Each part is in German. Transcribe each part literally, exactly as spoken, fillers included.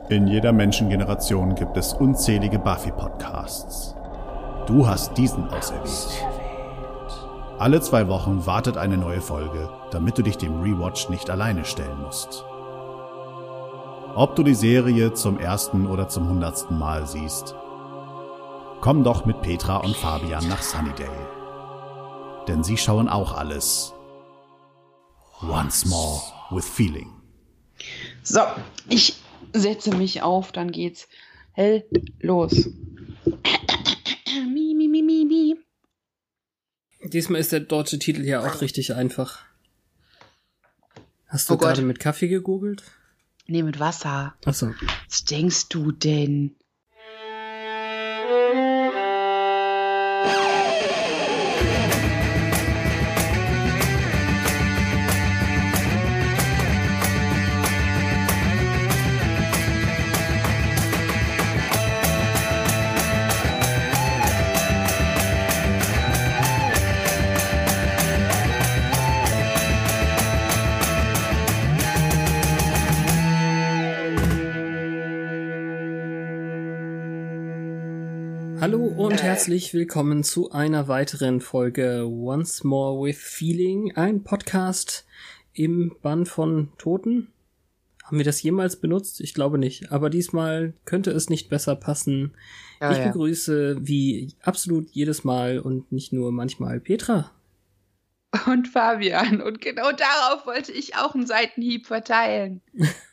In jeder Menschengeneration gibt es unzählige Buffy-Podcasts. Du hast diesen auserwählt. Alle zwei Wochen wartet eine neue Folge, damit du dich dem Rewatch nicht alleine stellen musst. Ob du die Serie zum ersten oder zum hundertsten Mal siehst, komm doch mit Petra und Fabian nach Sunnydale. Denn sie schauen auch alles. Once more with feeling. So, ich setze mich auf, dann geht's hell los. mi, mi, mi, mi, mi. Diesmal ist der deutsche Titel ja auch richtig einfach. Hast du Oh Gott. gerade mit Kaffee gegoogelt? Nee, mit Wasser. Ach so. Was denkst du denn? Hallo und herzlich willkommen zu einer weiteren Folge Once More with Feeling, ein Podcast im Bann von Toten. Haben wir das jemals benutzt? Ich glaube nicht, aber diesmal könnte es nicht besser passen. Ja, ich ja. begrüße wie absolut jedes Mal und nicht nur manchmal Petra. Und Fabian. Und genau darauf wollte ich auch einen Seitenhieb verteilen.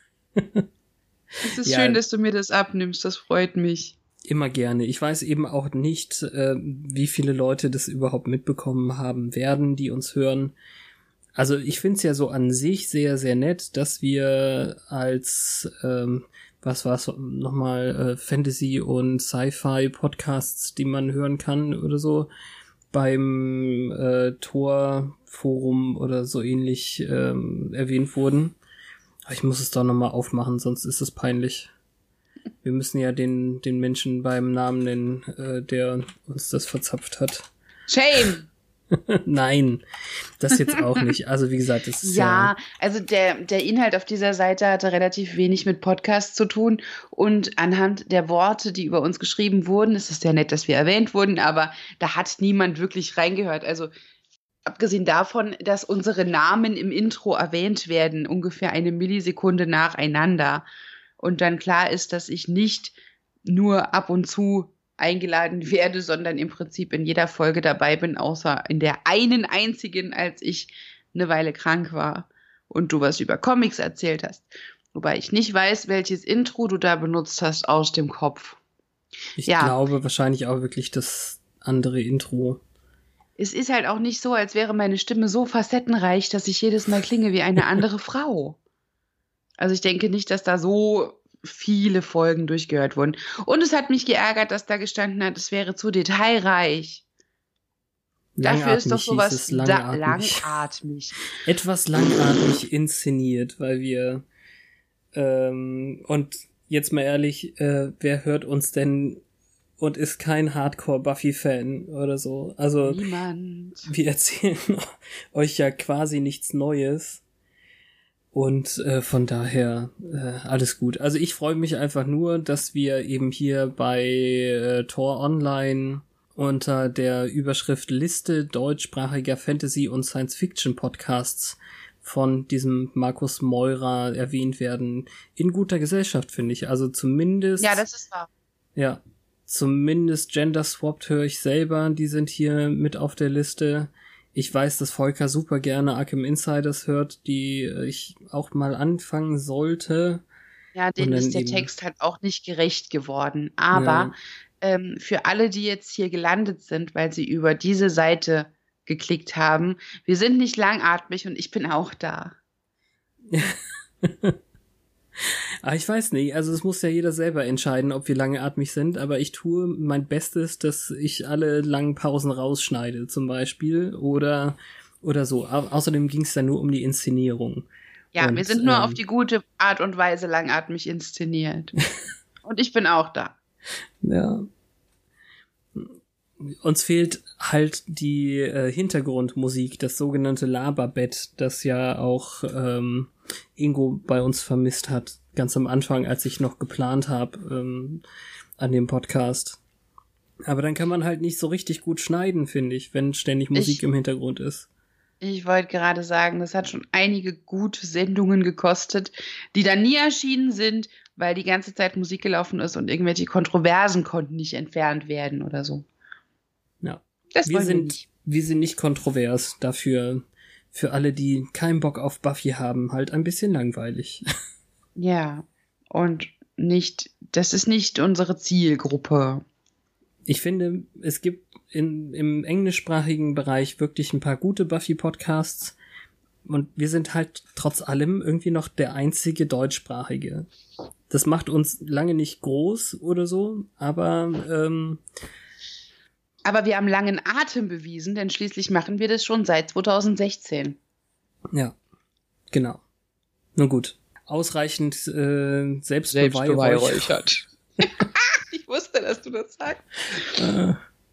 Es ist Ja. schön, dass du mir das abnimmst. Das freut mich. Immer gerne. Ich weiß eben auch nicht, äh, wie viele Leute das überhaupt mitbekommen haben werden, die uns hören. Also ich finde es ja so an sich sehr, sehr nett, dass wir als, ähm, was war es nochmal, äh, Fantasy- und Sci-Fi-Podcasts, die man hören kann oder so, beim äh, Tor-Forum oder so ähnlich ähm, erwähnt wurden. Aber ich muss es doch nochmal aufmachen, sonst ist es peinlich. Wir müssen ja den den Menschen beim Namen nennen, äh, der uns das verzapft hat. Shame! Nein, das jetzt auch nicht. Also wie gesagt, es ist ja... Ja, also der, der Inhalt auf dieser Seite hatte relativ wenig mit Podcasts zu tun und anhand der Worte, die über uns geschrieben wurden, ist es sehr nett, dass wir erwähnt wurden, aber da hat niemand wirklich reingehört. Also abgesehen davon, dass unsere Namen im Intro erwähnt werden, ungefähr eine Millisekunde nacheinander und dann klar ist, dass ich nicht nur ab und zu eingeladen werde, sondern im Prinzip in jeder Folge dabei bin, außer in der einen einzigen, als ich eine Weile krank war und du was über Comics erzählt hast. Wobei ich nicht weiß, welches Intro du da benutzt hast aus dem Kopf. Ich Ja. glaube wahrscheinlich auch wirklich das andere Intro. Es ist halt auch nicht so, als wäre meine Stimme so facettenreich, dass ich jedes Mal klinge wie eine andere Frau. Also ich denke nicht, dass da so viele Folgen durchgehört wurden. Und es hat mich geärgert, dass da gestanden hat, es wäre zu detailreich. Dafür ist doch Langatmig hieß sowas es, da- langatmig. langatmig. Etwas langatmig inszeniert, weil wir ähm, und jetzt mal ehrlich, äh, wer hört uns denn und ist kein Hardcore-Buffy-Fan oder so? Also Niemand. wir erzählen euch ja quasi nichts Neues. Und äh, von daher äh, alles gut. Also ich freue mich einfach nur, dass wir eben hier bei äh, Tor Online unter der Überschrift Liste deutschsprachiger Fantasy- und Science-Fiction-Podcasts von diesem Markus Meurer erwähnt werden. In guter Gesellschaft, finde ich. Also zumindest... Ja, das ist wahr. Ja, zumindest Gender-Swapped höre ich selber. Die sind hier mit auf der Liste. Ich weiß, dass Volker super gerne Arkham Insiders hört, die ich auch mal anfangen sollte. Ja, denen Und dann ist der eben- Text halt auch nicht gerecht geworden. Aber Ja. ähm, für alle, die jetzt hier gelandet sind, weil sie über diese Seite geklickt haben, wir sind nicht langatmig und ich bin auch da. Ah, ich weiß nicht, also es muss ja jeder selber entscheiden, ob wir langatmig sind, aber ich tue mein Bestes, dass ich alle langen Pausen rausschneide, zum Beispiel, oder oder so. Au- außerdem ging es dann nur um die Inszenierung. Ja, Und, wir sind nur ähm, auf die gute Art und Weise langatmig inszeniert. Und ich bin auch da. Ja. Uns fehlt halt die äh, Hintergrundmusik, das sogenannte Laberbett, das ja auch ähm, Ingo bei uns vermisst hat. ganz am Anfang, als ich noch geplant habe ähm, an dem Podcast. Aber dann kann man halt nicht so richtig gut schneiden, finde ich, wenn ständig Musik ich, im Hintergrund ist. Ich wollte gerade sagen, das hat schon einige gute Sendungen gekostet, die dann nie erschienen sind, weil die ganze Zeit Musik gelaufen ist und irgendwelche Kontroversen konnten nicht entfernt werden oder so. Ja. Das wir wollen wir sind, nicht. Wir sind nicht kontrovers, dafür für alle, die keinen Bock auf Buffy haben, halt ein bisschen langweilig. Ja, und nicht, das ist nicht unsere Zielgruppe. Ich finde, es gibt in, im englischsprachigen Bereich wirklich ein paar gute Buffy-Podcasts und wir sind halt trotz allem irgendwie noch der einzige deutschsprachige. Das macht uns lange nicht groß oder so, aber ähm, aber wir haben langen Atem bewiesen, denn schließlich machen wir das schon seit zwanzig sechzehn. Ja, genau. Nun gut, ausreichend äh, selbstbeweihräuchert. Ich wusste, dass du das sagst. Äh,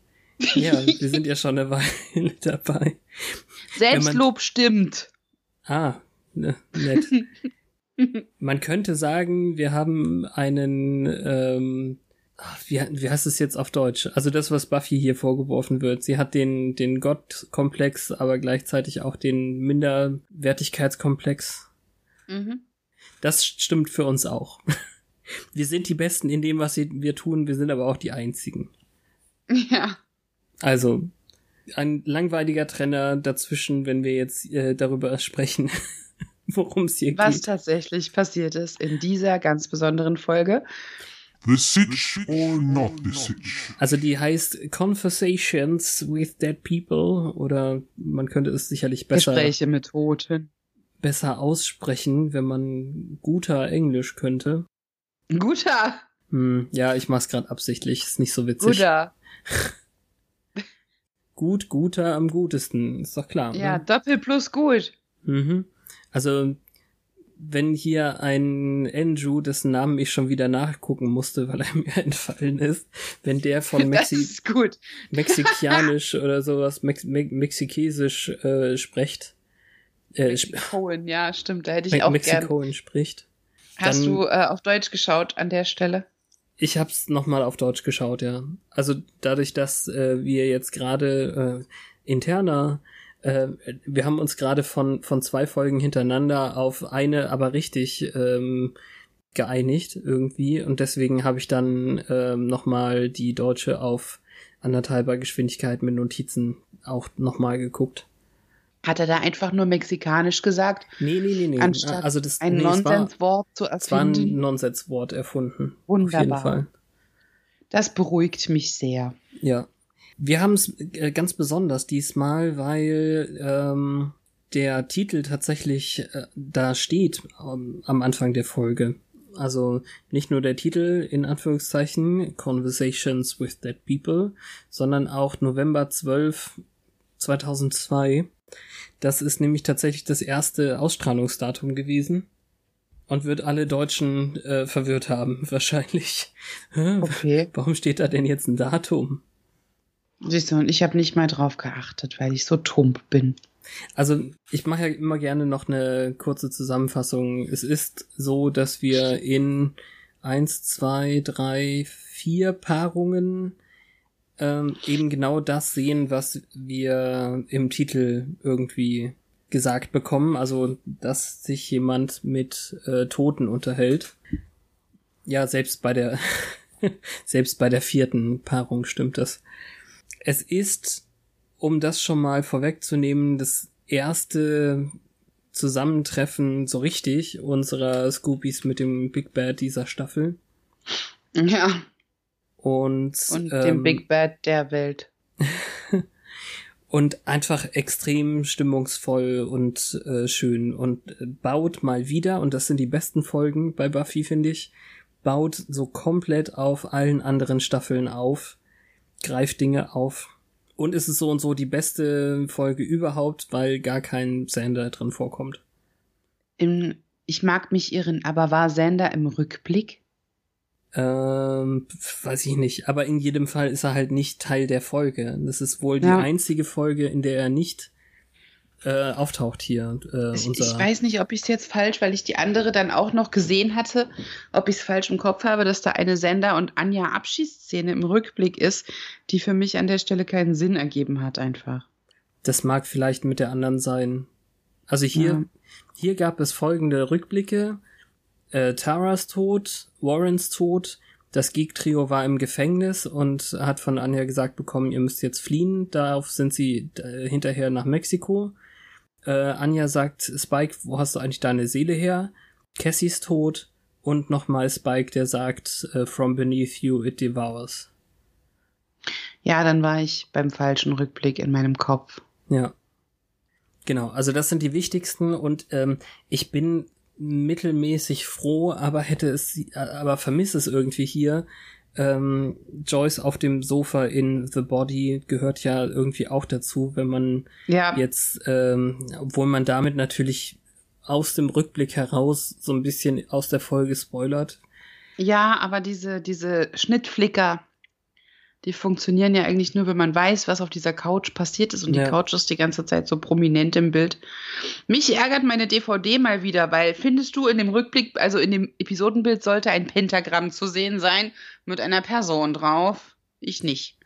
ja, wir sind ja schon eine Weile dabei. Selbstlob man, stimmt. Ah, ne, nett. Man könnte sagen, wir haben einen, ähm, wie, wie heißt es jetzt auf Deutsch? Also das, was Buffy hier vorgeworfen wird. Sie hat den, den Gottkomplex, aber gleichzeitig auch den Minderwertigkeitskomplex. Mhm. Das stimmt für uns auch. Wir sind die Besten in dem, was wir tun, wir sind aber auch die Einzigen. Ja. Also, ein langweiliger Trenner dazwischen, wenn wir jetzt äh, darüber sprechen, worum es hier was geht. Was tatsächlich passiert ist in dieser ganz besonderen Folge. The Sitch or not the Sitch? Also die heißt Conversations with Dead People oder man könnte es sicherlich besser... Gespräche mit Toten. Besser aussprechen, wenn man guter Englisch könnte. Guter! Hm, ja, ich mach's gerade absichtlich, ist nicht so witzig. Guter. Gut, guter am gutesten, ist doch klar. Ja, ne? Doppel plus gut. Mhm. Also, wenn hier ein Andrew, dessen Namen ich schon wieder nachgucken musste, weil er mir entfallen ist, wenn der von Mexi- das ist gut. Mexikanisch oder sowas, Mex- Me- Mexikesisch äh, spricht. Äh, Mexikoen, ja, stimmt, da hätte ich Me- auch Mexikoen gern. spricht. Hast Dann, du äh, auf Deutsch geschaut an der Stelle? Ich hab's nochmal auf Deutsch geschaut, ja. Also dadurch, dass äh, wir jetzt gerade äh, interner, äh, wir haben uns gerade von von zwei Folgen hintereinander auf eine, aber richtig ähm, geeinigt irgendwie und deswegen habe ich dann ähm, nochmal die deutsche auf anderthalber Geschwindigkeit mit Notizen auch nochmal geguckt. Hat er da einfach nur mexikanisch gesagt? Nee, nee, nee, nee. Anstatt also das, ein nee, Nonsenswort zu Es war ein erfinden? Nonsenswort erfunden. Wunderbar. Auf jeden Fall. Das beruhigt mich sehr. Ja. Wir haben es äh, ganz besonders diesmal, weil ähm, der Titel tatsächlich äh, da steht ähm, am Anfang der Folge. Also nicht nur der Titel in Anführungszeichen, Conversations with Dead People, sondern auch November zwölften zweitausendzwei. Das ist nämlich tatsächlich das erste Ausstrahlungsdatum gewesen und wird alle Deutschen äh, verwirrt haben, wahrscheinlich. Okay. Warum steht da denn jetzt ein Datum? Siehst du, und ich habe nicht mal drauf geachtet, weil ich so tump bin. Also ich mache ja immer gerne noch eine kurze Zusammenfassung. Es ist so, dass wir in eins, zwei, drei, vier Paarungen ähm, eben genau das sehen, was wir im Titel irgendwie gesagt bekommen. Also, dass sich jemand mit äh, Toten unterhält. Ja, selbst bei der selbst bei der vierten Paarung stimmt das. Es ist, um das schon mal vorwegzunehmen, das erste Zusammentreffen so richtig unserer Scoobies mit dem Big Bad dieser Staffel. Ja. Und, Und ähm, dem Big Bad der Welt. und einfach extrem stimmungsvoll und äh, schön und baut mal wieder, und das sind die besten Folgen bei Buffy, finde ich, baut so komplett auf allen anderen Staffeln auf, greift Dinge auf. Und es ist so und so die beste Folge überhaupt, weil gar kein Xander drin vorkommt. Im, ich mag mich irren, aber war Xander im Rückblick? Ähm, weiß ich nicht. Aber in jedem Fall ist er halt nicht Teil der Folge. Das ist wohl die Ja. einzige Folge, in der er nicht äh, auftaucht hier. Äh, ich, unser ich weiß nicht, ob ich es jetzt falsch, weil ich die andere dann auch noch gesehen hatte, ob ich es falsch im Kopf habe, dass da eine Sender- und Anja Abschiedsszene im Rückblick ist, die für mich an der Stelle keinen Sinn ergeben hat einfach. Das mag vielleicht mit der anderen sein. Also hier, ja. hier gab es folgende Rückblicke. Äh, Taras Tod, Warrens Tod, das Geek-Trio war im Gefängnis und hat von Anja gesagt bekommen, ihr müsst jetzt fliehen. Darauf sind sie äh, hinterher nach Mexiko. Äh, Anja sagt, Spike, wo hast du eigentlich deine Seele her? Cassies Tod und nochmal Spike, der sagt, uh, from beneath you it devours. Ja, dann war ich beim falschen Rückblick in meinem Kopf. Ja, genau. Also das sind die wichtigsten und ähm, ich bin mittelmäßig froh, aber hätte es, aber vermisse es irgendwie hier. Ähm, Joyce auf dem Sofa in The Body gehört ja irgendwie auch dazu, wenn man ja. jetzt, ähm, obwohl man damit natürlich aus dem Rückblick heraus so ein bisschen aus der Folge spoilert. Ja, aber diese, diese Schnittflicker, die funktionieren ja eigentlich nur, wenn man weiß, was auf dieser Couch passiert ist. Und ja. die Couch ist die ganze Zeit so prominent im Bild. Mich ärgert meine D V D mal wieder, weil findest du in dem Rückblick, also in dem Episodenbild sollte ein Pentagramm zu sehen sein mit einer Person drauf. Ich nicht.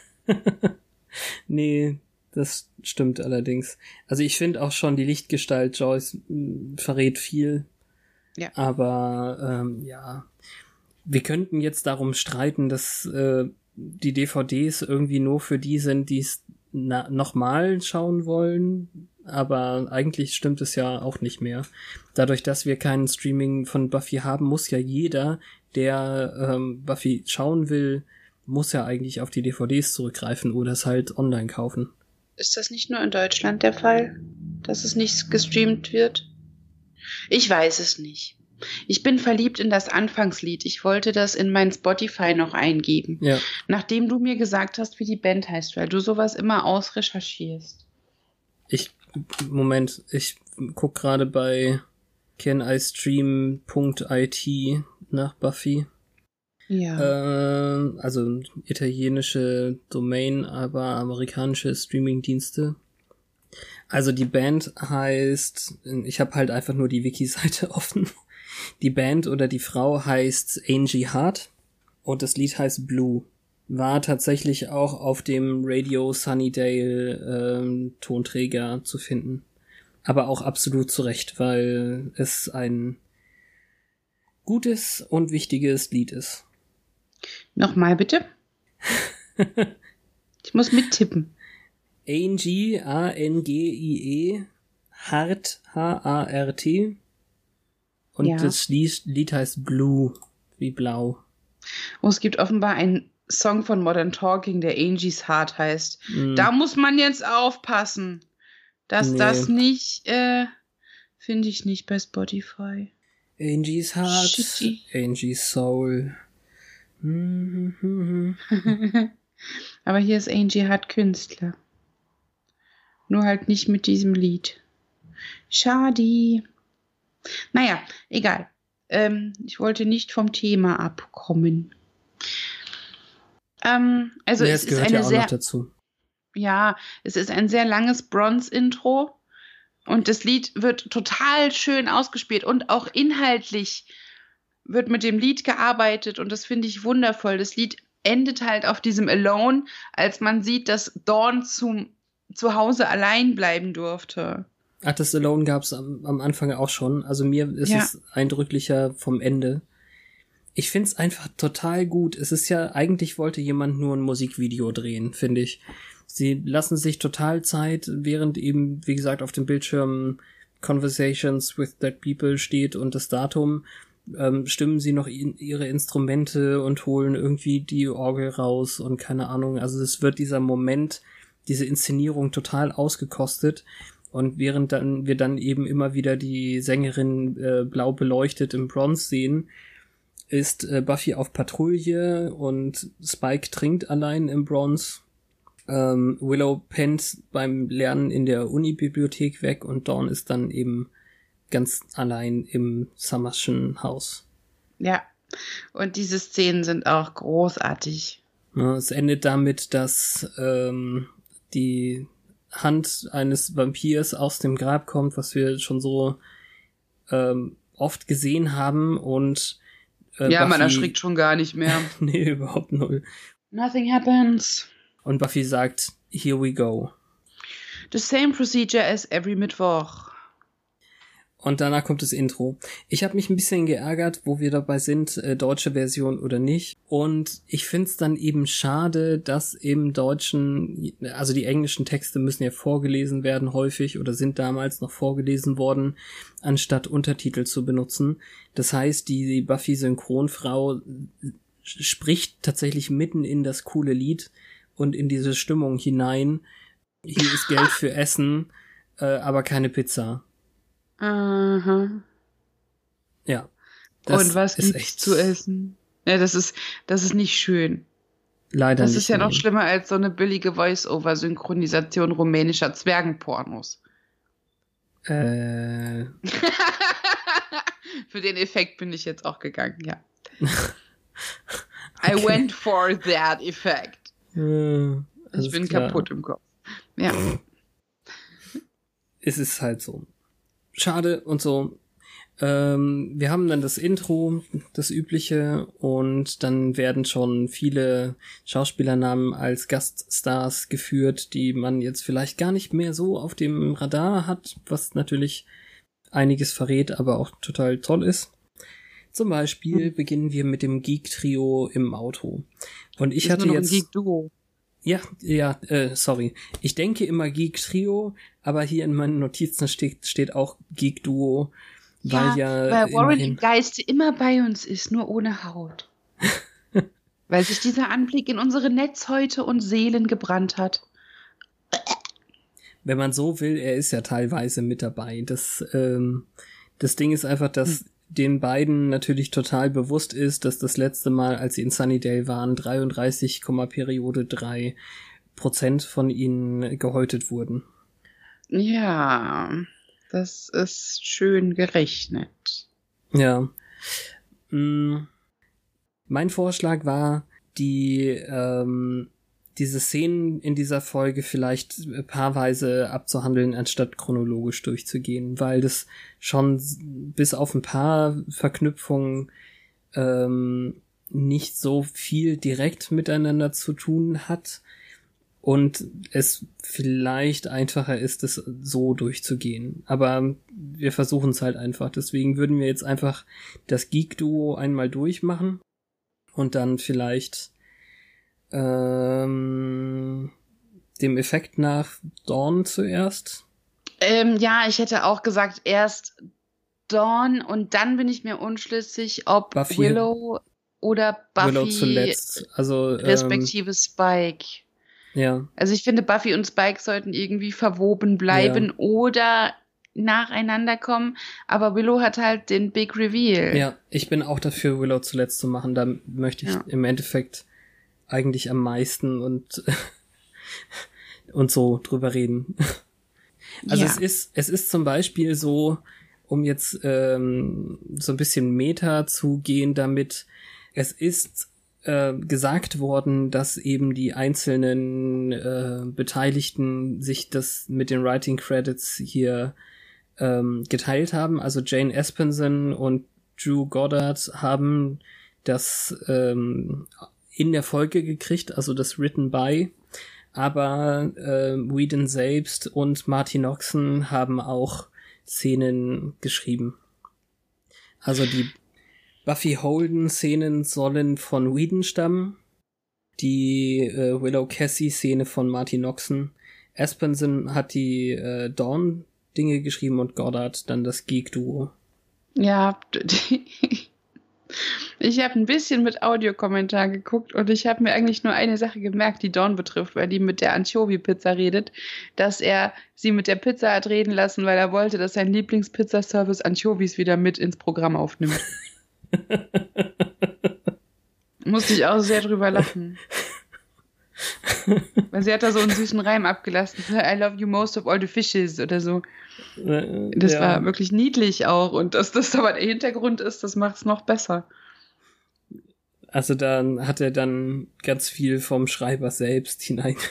Nee, das stimmt allerdings. Also ich finde auch schon, die Lichtgestalt Joyce mh, verrät viel. Ja. Aber ähm, ja, wir könnten jetzt darum streiten, dass äh, die D V Ds irgendwie nur für die sind, die es nochmal schauen wollen, aber eigentlich stimmt es ja auch nicht mehr. Dadurch, dass wir keinen Streaming von Buffy haben, muss ja jeder, der ähm, Buffy schauen will, muss ja eigentlich auf die D V Ds zurückgreifen oder es halt online kaufen. Ist das nicht nur in Deutschland der Fall, dass es nicht gestreamt wird? Ich weiß es nicht. Ich bin verliebt in das Anfangslied. Ich wollte das in mein Spotify noch eingeben. Ja. Nachdem du mir gesagt hast, wie die Band heißt, weil du sowas immer ausrecherchierst. Ich, Moment, ich guck gerade bei canistream punkt I T nach Buffy. Ja. Äh, also italienische Domain, aber amerikanische Streamingdienste. Also die Band heißt, ich habe halt einfach nur die Wiki-Seite offen. Die Band oder die Frau heißt Angie Hart und das Lied heißt Blue. War tatsächlich auch auf dem Radio Sunnydale ähm, Tonträger zu finden. Aber auch absolut zu Recht, weil es ein gutes und wichtiges Lied ist. Nochmal bitte. Ich muss mittippen. Angie, A N G I E, Hart, H A R T. Und ja. das Lied, Lied heißt Blue, wie blau. Oh, es gibt offenbar einen Song von Modern Talking, der Angie's Heart heißt. Mm. Da muss man jetzt aufpassen, dass nee. das nicht, äh, finde ich nicht bei Spotify. Angie's Heart, Shitty. Angie's Soul. Aber hier ist Angie Hart Künstler. Nur halt nicht mit diesem Lied. Schade. Naja, egal. Ähm, ich wollte nicht vom Thema abkommen. Ähm, also nee, es, es ist eine ja auch sehr, noch dazu. Ja, es ist ein sehr langes Bronze-Intro und das Lied wird total schön ausgespielt und auch inhaltlich wird mit dem Lied gearbeitet und das finde ich wundervoll. Das Lied endet halt auf diesem Alone, als man sieht, dass Dawn zum zu Hause allein bleiben durfte. Ach, das Alone gab's am, am Anfang auch schon. Also mir ist ja. es eindrücklicher vom Ende. Ich find's einfach total gut. Es ist ja, eigentlich wollte jemand nur ein Musikvideo drehen, finde ich. Sie lassen sich total Zeit, während eben, wie gesagt, auf dem Bildschirm Conversations with Dead People steht und das Datum, ähm, stimmen sie noch in, ihre Instrumente und holen irgendwie die Orgel raus und keine Ahnung. Also es wird dieser Moment, diese Inszenierung total ausgekostet. Und während dann wir dann eben immer wieder die Sängerin äh, blau beleuchtet im Bronze sehen, ist äh, Buffy auf Patrouille und Spike trinkt allein im Bronze. Ähm, Willow pennt beim Lernen in der Uni-Bibliothek weg und Dawn ist dann eben ganz allein im Summerschen Haus. Ja, und diese Szenen sind auch großartig. Ja, es endet damit, dass ähm, die Hand eines Vampirs aus dem Grab kommt, was wir schon so ähm, oft gesehen haben und äh, ja, Buffy, man erschrickt schon gar nicht mehr. nee, überhaupt null. Nothing happens. Und Buffy sagt, here we go. The same procedure as every Mittwoch. Und danach kommt das Intro. Ich habe mich ein bisschen geärgert, wo wir dabei sind, äh, deutsche Version oder nicht. Und ich find's dann eben schade, dass im Deutschen, also die englischen Texte müssen ja vorgelesen werden häufig oder sind damals noch vorgelesen worden, anstatt Untertitel zu benutzen. Das heißt, die Buffy-Synchronfrau spricht tatsächlich mitten in das coole Lied und in diese Stimmung hinein. Hier ist Geld für Essen, äh, aber keine Pizza. Aha. Ja. Und was ist gibt's echt zu essen? Ja, das ist, das ist nicht schön. Leider das nicht. Das ist ja nee. noch schlimmer als so eine billige Voice-Over-Synchronisation rumänischer Zwergenpornos. Äh. Für den Effekt bin ich jetzt auch gegangen, ja. Okay. I went for that effect. Äh, ich bin klar. kaputt im Kopf. Ja. Es ist halt so. Schade und so. Ähm, wir haben dann das Intro, das übliche, und dann werden schon viele Schauspielernamen als Gaststars geführt, die man jetzt vielleicht gar nicht mehr so auf dem Radar hat, was natürlich einiges verrät, aber auch total toll ist. Zum Beispiel beginnen wir mit dem Geek-Trio im Auto. Und ich ist hatte nur noch jetzt... ein Geek-Duo. Ja, ja, äh, sorry. Ich denke immer Geek-Trio, aber hier in meinen Notizen steht, steht auch Geek-Duo, weil ja... weil Warren immerhin im Geiste immer bei uns ist, nur ohne Haut. Weil sich dieser Anblick in unsere Netzhäute und Seelen gebrannt hat. Wenn man so will, er ist ja teilweise mit dabei. Das, ähm, das Ding ist einfach, dass hm. den beiden natürlich total bewusst ist, dass das letzte Mal, als sie in Sunnydale waren, dreiunddreißig, Periode drei Prozent von ihnen gehäutet wurden. Ja, das ist schön gerechnet. Ja. Mm. Mein Vorschlag war, die ähm, diese Szenen in dieser Folge vielleicht paarweise abzuhandeln, anstatt chronologisch durchzugehen, weil das schon bis auf ein paar Verknüpfungen ähm, nicht so viel direkt miteinander zu tun hat und es vielleicht einfacher ist, es so durchzugehen. Aber wir versuchen es halt einfach. Deswegen würden wir jetzt einfach das Geek-Duo einmal durchmachen und dann vielleicht Ähm, dem Effekt nach Dawn zuerst? Ähm, ja, ich hätte auch gesagt, erst Dawn und dann bin ich mir unschlüssig, ob Buffy, Willow oder Buffy Willow zuletzt. Also, respektive ähm, Spike. Ja. Also ich finde, Buffy und Spike sollten irgendwie verwoben bleiben ja. oder nacheinander kommen, aber Willow hat halt den Big Reveal. Ja, ich bin auch dafür, Willow zuletzt zu machen. Da möchte ich ja. im Endeffekt eigentlich am meisten und und so drüber reden. Also ja. es ist es ist zum Beispiel so, um jetzt ähm, so ein bisschen Meta zu gehen damit, es ist äh, gesagt worden, dass eben die einzelnen äh, Beteiligten sich das mit den Writing Credits hier ähm, geteilt haben. Also Jane Espenson und Drew Goddard haben das ähm, in der Folge gekriegt, also das Written by, aber äh, Whedon selbst und Martin Noxon haben auch Szenen geschrieben. Also die Buffy Holden-Szenen sollen von Whedon stammen, die äh, Willow Cassie-Szene von Martin Noxon, Espenson hat die äh, Dawn-Dinge geschrieben und Goddard dann das Geek-Duo. Ja, die ich habe ein bisschen mit Audiokommentar geguckt und ich habe mir eigentlich nur eine Sache gemerkt, die Dawn betrifft, weil die mit der Anchovy-Pizza redet, dass er sie mit der Pizza hat reden lassen, weil er wollte, dass sein Lieblingspizzaservice Anchovies wieder mit ins Programm aufnimmt. Musste ich auch sehr drüber lachen. Weil sie hat da so einen süßen Reim abgelassen. I love you most of all the fishes oder so. Das ja. war wirklich niedlich auch. Und dass das aber der Hintergrund ist, das macht es noch besser. Also dann hat er dann ganz viel vom Schreiber selbst hineingepackt.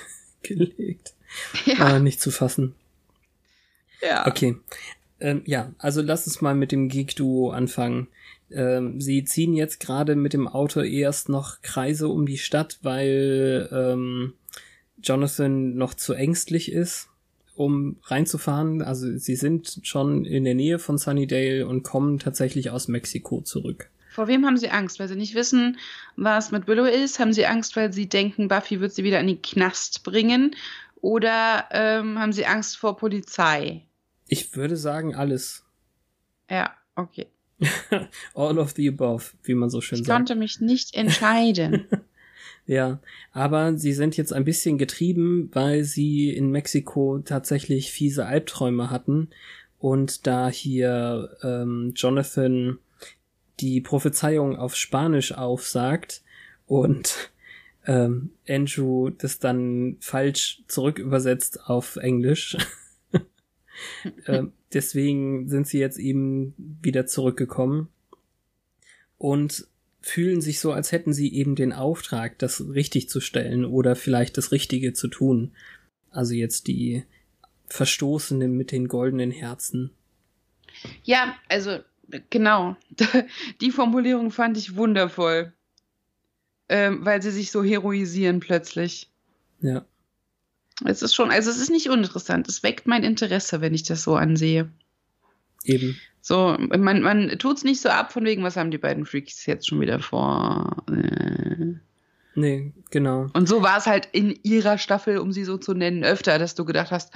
gelegt. Ja. Äh, nicht zu fassen. Ja. Okay. Ähm, ja, also lass uns mal mit dem Geek-Duo anfangen. Ähm, sie ziehen jetzt gerade mit dem Auto erst noch Kreise um die Stadt, weil ähm, Jonathan noch zu ängstlich ist, um reinzufahren. Also sie sind schon in der Nähe von Sunnydale und kommen tatsächlich aus Mexiko zurück. Vor wem haben sie Angst? Weil sie nicht wissen, was mit Willow ist? Haben sie Angst, weil sie denken, Buffy wird sie wieder in den Knast bringen? Oder ähm, haben sie Angst vor Polizei? Ich würde sagen, alles. Ja, okay. All of the above, wie man so schön Ich sagt. konnte mich nicht entscheiden. Ja, aber sie sind jetzt ein bisschen getrieben, weil sie in Mexiko tatsächlich fiese Albträume hatten und da hier ähm, Jonathan die Prophezeiung auf Spanisch aufsagt und ähm, Andrew das dann falsch zurückübersetzt auf Englisch. ähm, deswegen sind sie jetzt eben wieder zurückgekommen und fühlen sich so, als hätten sie eben den Auftrag, das richtig zu stellen oder vielleicht das Richtige zu tun. Also jetzt die Verstoßenen mit den goldenen Herzen. Ja, also genau. Die Formulierung fand ich wundervoll. Ähm, weil sie sich so heroisieren plötzlich. Ja. Es ist schon, also es ist nicht uninteressant. Es weckt mein Interesse, wenn ich das so ansehe. Eben. So, man, man tut's nicht so ab, von wegen, was haben die beiden Freaks jetzt schon wieder vor. Äh. Nee, genau. Und so war es halt in ihrer Staffel, um sie so zu nennen, öfter, dass du gedacht hast,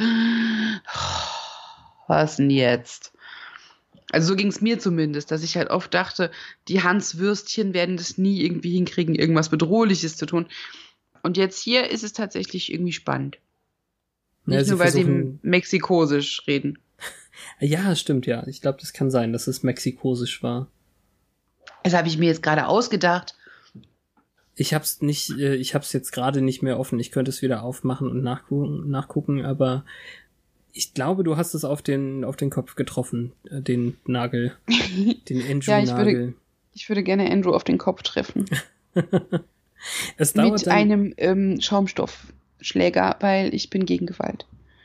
was denn jetzt? Also so ging es mir zumindest, dass ich halt oft dachte, die Hans-Würstchen werden das nie irgendwie hinkriegen, irgendwas Bedrohliches zu tun. Und jetzt hier ist es tatsächlich irgendwie spannend. Nicht Ja, nur, weil versuchen... sie Mexikosisch reden. Ja, stimmt, ja. Ich glaube, das kann sein, dass es mexikosisch war. Das habe ich mir jetzt gerade ausgedacht. Ich hab's nicht, äh, ich hab's jetzt gerade nicht mehr offen. Ich könnte es wieder aufmachen und nachgucken, nachgucken, aber ich glaube, du hast es auf den, auf den Kopf getroffen, äh, den Nagel, den Andrew-Nagel. Ja, ich würde, ich würde gerne Andrew auf den Kopf treffen. Es dauert Mit dann, einem ähm, Schaumstoffschläger, weil ich bin gegen Gewalt.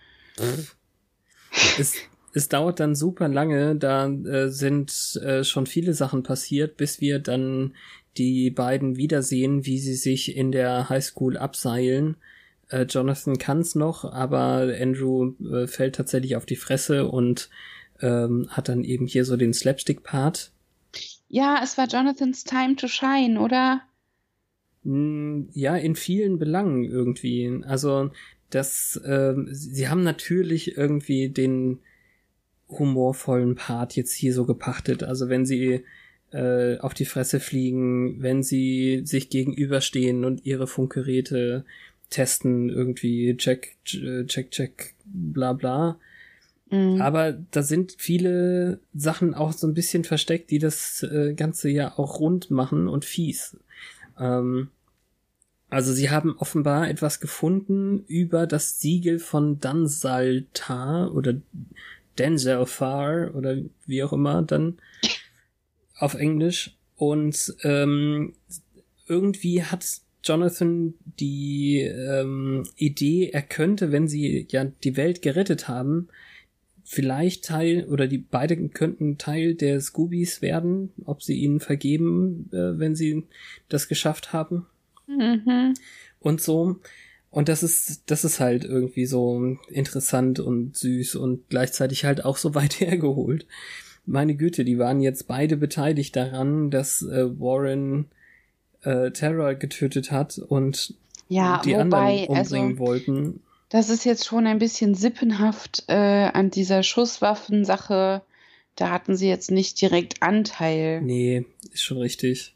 es, es dauert dann super lange, da äh, sind äh, schon viele Sachen passiert, bis wir dann die beiden wiedersehen, wie sie sich in der Highschool abseilen. Äh, Jonathan kann's noch, aber Andrew äh, fällt tatsächlich auf die Fresse und ähm, hat dann eben hier so den Slapstick-Part. Ja, es war Jonathans Time to Shine, oder? Ja, in vielen Belangen irgendwie. Also, das, ähm, sie haben natürlich irgendwie den humorvollen Part jetzt hier so gepachtet. Also, wenn sie äh, auf die Fresse fliegen, wenn sie sich gegenüberstehen und ihre Funkgeräte testen, irgendwie check, check, check, bla bla. Mhm. Aber da sind viele Sachen auch so ein bisschen versteckt, die das äh, Ganze ja auch rund machen und fies. Ähm, also sie haben offenbar etwas gefunden über das Siegel von Danzaltar oder Danzalfar oder wie auch immer dann auf Englisch. Und ähm, irgendwie hat Jonathan die ähm, Idee, er könnte, wenn sie ja die Welt gerettet haben, vielleicht Teil, oder die beiden könnten Teil der Scoobies werden, ob sie ihnen vergeben, äh, wenn sie das geschafft haben. Mhm. Und so. Und das ist, das ist halt irgendwie so interessant und süß und gleichzeitig halt auch so weit hergeholt. Meine Güte, die waren jetzt beide beteiligt daran, dass äh, Warren äh, Tara getötet hat und ja, die wobei, anderen umbringen also, wollten. Das ist jetzt schon ein bisschen sippenhaft äh, an dieser Schusswaffensache. Da hatten sie jetzt nicht direkt Anteil. Nee, ist schon richtig.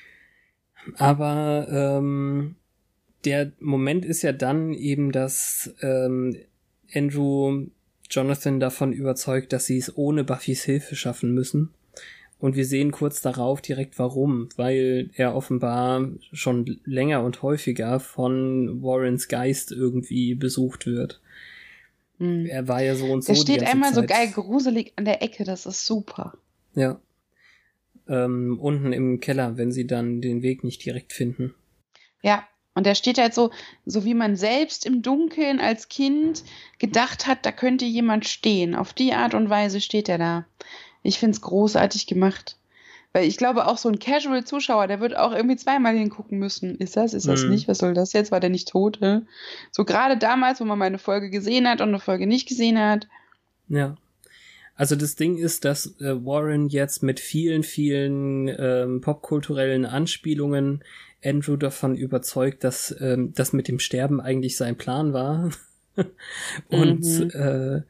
Aber ähm, der Moment ist ja dann eben, dass ähm, Andrew Jonathan davon überzeugt, dass sie es ohne Buffys Hilfe schaffen müssen. Und wir sehen kurz darauf direkt warum, weil er offenbar schon länger und häufiger von Warrens Geist irgendwie besucht wird. Hm. Er war ja so und so Der steht die ganze einmal Zeit. so geil gruselig an der Ecke, das ist super. Ja. Ähm, unten im Keller, wenn sie dann den Weg nicht direkt finden. Ja, Und der steht halt so, so wie man selbst im Dunkeln als Kind gedacht hat, da könnte jemand stehen. Auf die Art und Weise steht er da. Ich finde es großartig gemacht. Weil ich glaube, auch so ein Casual-Zuschauer, der wird auch irgendwie zweimal hingucken müssen. Ist das, ist das Mhm. nicht? Was soll das jetzt? War der nicht tot? Hä? So gerade damals, wo man mal eine Folge gesehen hat und eine Folge nicht gesehen hat. Ja. Also das Ding ist, dass äh, Warren jetzt mit vielen, vielen ähm, popkulturellen Anspielungen Andrew davon überzeugt, dass ähm, das mit dem Sterben eigentlich sein Plan war. Und Mhm. äh,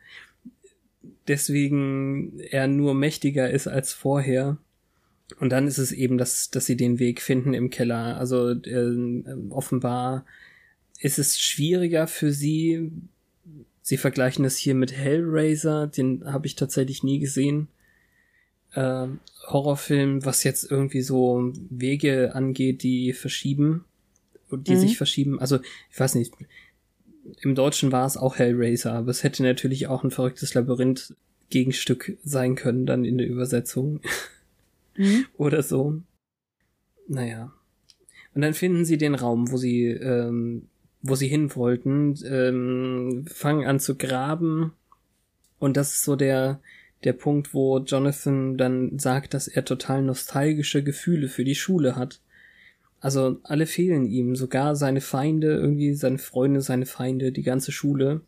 deswegen er nur mächtiger ist als vorher. Und dann ist es eben, dass, dass sie den Weg finden im Keller. Also äh, offenbar ist es schwieriger für sie. Sie vergleichen es hier mit Hellraiser, den habe ich tatsächlich nie gesehen. Äh, Horrorfilm, was jetzt irgendwie so Wege angeht, die verschieben, die Mhm. sich verschieben. Also ich weiß nicht, im Deutschen war es auch Hellraiser, aber es hätte natürlich auch ein verrücktes Labyrinth-Gegenstück sein können dann in der Übersetzung. Mhm. Oder so. Naja. Und dann finden sie den Raum, wo sie, ähm, wo sie hin wollten, ähm, fangen an zu graben. Und das ist so der, der Punkt, wo Jonathan dann sagt, dass er total nostalgische Gefühle für die Schule hat. Also alle fehlen ihm, sogar seine Feinde, irgendwie seine Freunde, seine Feinde, die ganze Schule.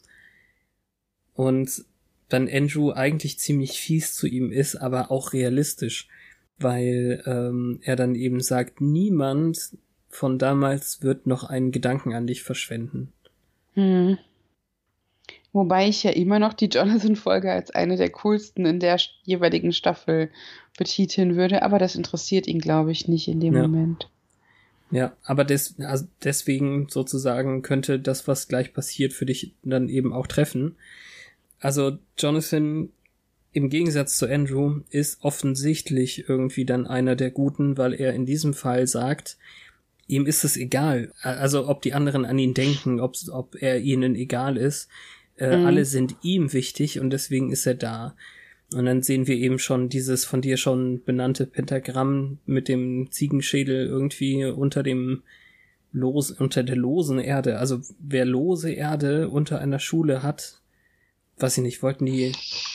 Und dann Andrew eigentlich ziemlich fies zu ihm ist, aber auch realistisch. Weil ähm, er dann eben sagt, niemand von damals wird noch einen Gedanken an dich verschwenden. Hm. Wobei ich ja immer noch die Jonathan-Folge als eine der coolsten in der jeweiligen Staffel betiteln würde, aber das interessiert ihn, glaube ich, nicht in dem Ja. Moment. Ja, aber des, also deswegen sozusagen könnte das, was gleich passiert, für dich dann eben auch treffen. Also Jonathan, im Gegensatz zu Andrew, ist offensichtlich irgendwie dann einer der Guten, weil er in diesem Fall sagt, ihm ist es egal. Also ob die anderen an ihn denken, ob, ob er ihnen egal ist. Äh, Mhm. Alle sind ihm wichtig und deswegen ist er da. Und dann sehen wir eben schon dieses von dir schon benannte Pentagramm mit dem Ziegenschädel irgendwie unter dem los, unter der losen Erde. Also wer lose Erde unter einer Schule hat, weiß ich nicht, wollten die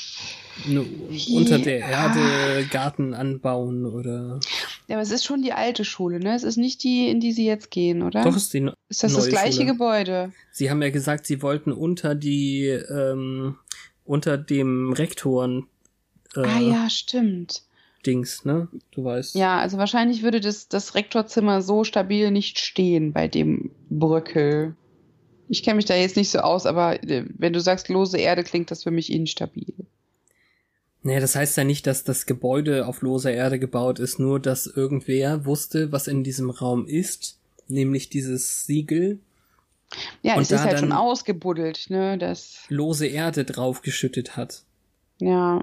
nur unter der Erde Garten anbauen oder... Ja, aber es ist schon die alte Schule, ne? Es ist nicht die, in die sie jetzt gehen, oder? Doch, ist die no- Ist das neue das gleiche Schule. Gebäude? Sie haben ja gesagt, sie wollten unter die, ähm, unter dem Rektoren äh, Ah ja, stimmt. Dings, ne? Du weißt. Ja, also wahrscheinlich würde das, das Rektorzimmer so stabil nicht stehen bei dem Bröckel. Ich kenne mich da jetzt nicht so aus, aber äh, wenn du sagst lose Erde, klingt das für mich instabil. Nee, das heißt ja nicht, dass das Gebäude auf loser Erde gebaut ist, nur dass irgendwer wusste, was in diesem Raum ist, nämlich dieses Siegel, Ja, Und es da ist halt dann- schon ausgebuddelt, ne? Das, lose Erde draufgeschüttet hat. ja,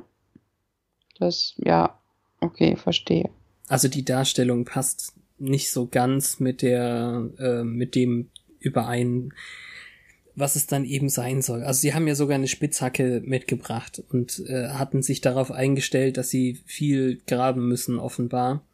das, ja, okay, verstehe. Also die Darstellung passt nicht so ganz mit der, äh, mit dem überein, was es dann eben sein soll. Also sie haben ja sogar eine Spitzhacke mitgebracht und äh, hatten sich darauf eingestellt, dass sie viel graben müssen, offenbar.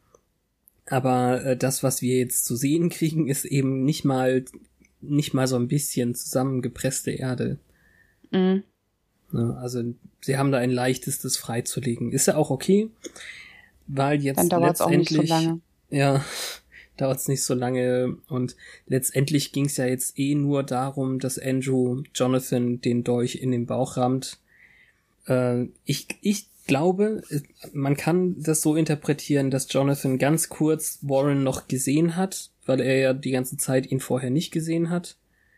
Aber äh, das, was wir jetzt zu sehen kriegen, ist eben nicht mal, nicht mal so ein bisschen zusammengepresste Erde. Mhm. Ne? Also sie haben da ein leichtes, das freizulegen. Ist ja auch okay, weil jetzt Dann dauert es auch nicht so letztendlich, lange. ja, dauert es nicht so lange und letztendlich ging es ja jetzt eh nur darum, dass Andrew Jonathan den Dolch in den Bauch rammt. Äh, ich, ich glaube, man kann das so interpretieren, dass Jonathan ganz kurz Warren noch gesehen hat, weil er ja die ganze Zeit ihn vorher nicht gesehen hat.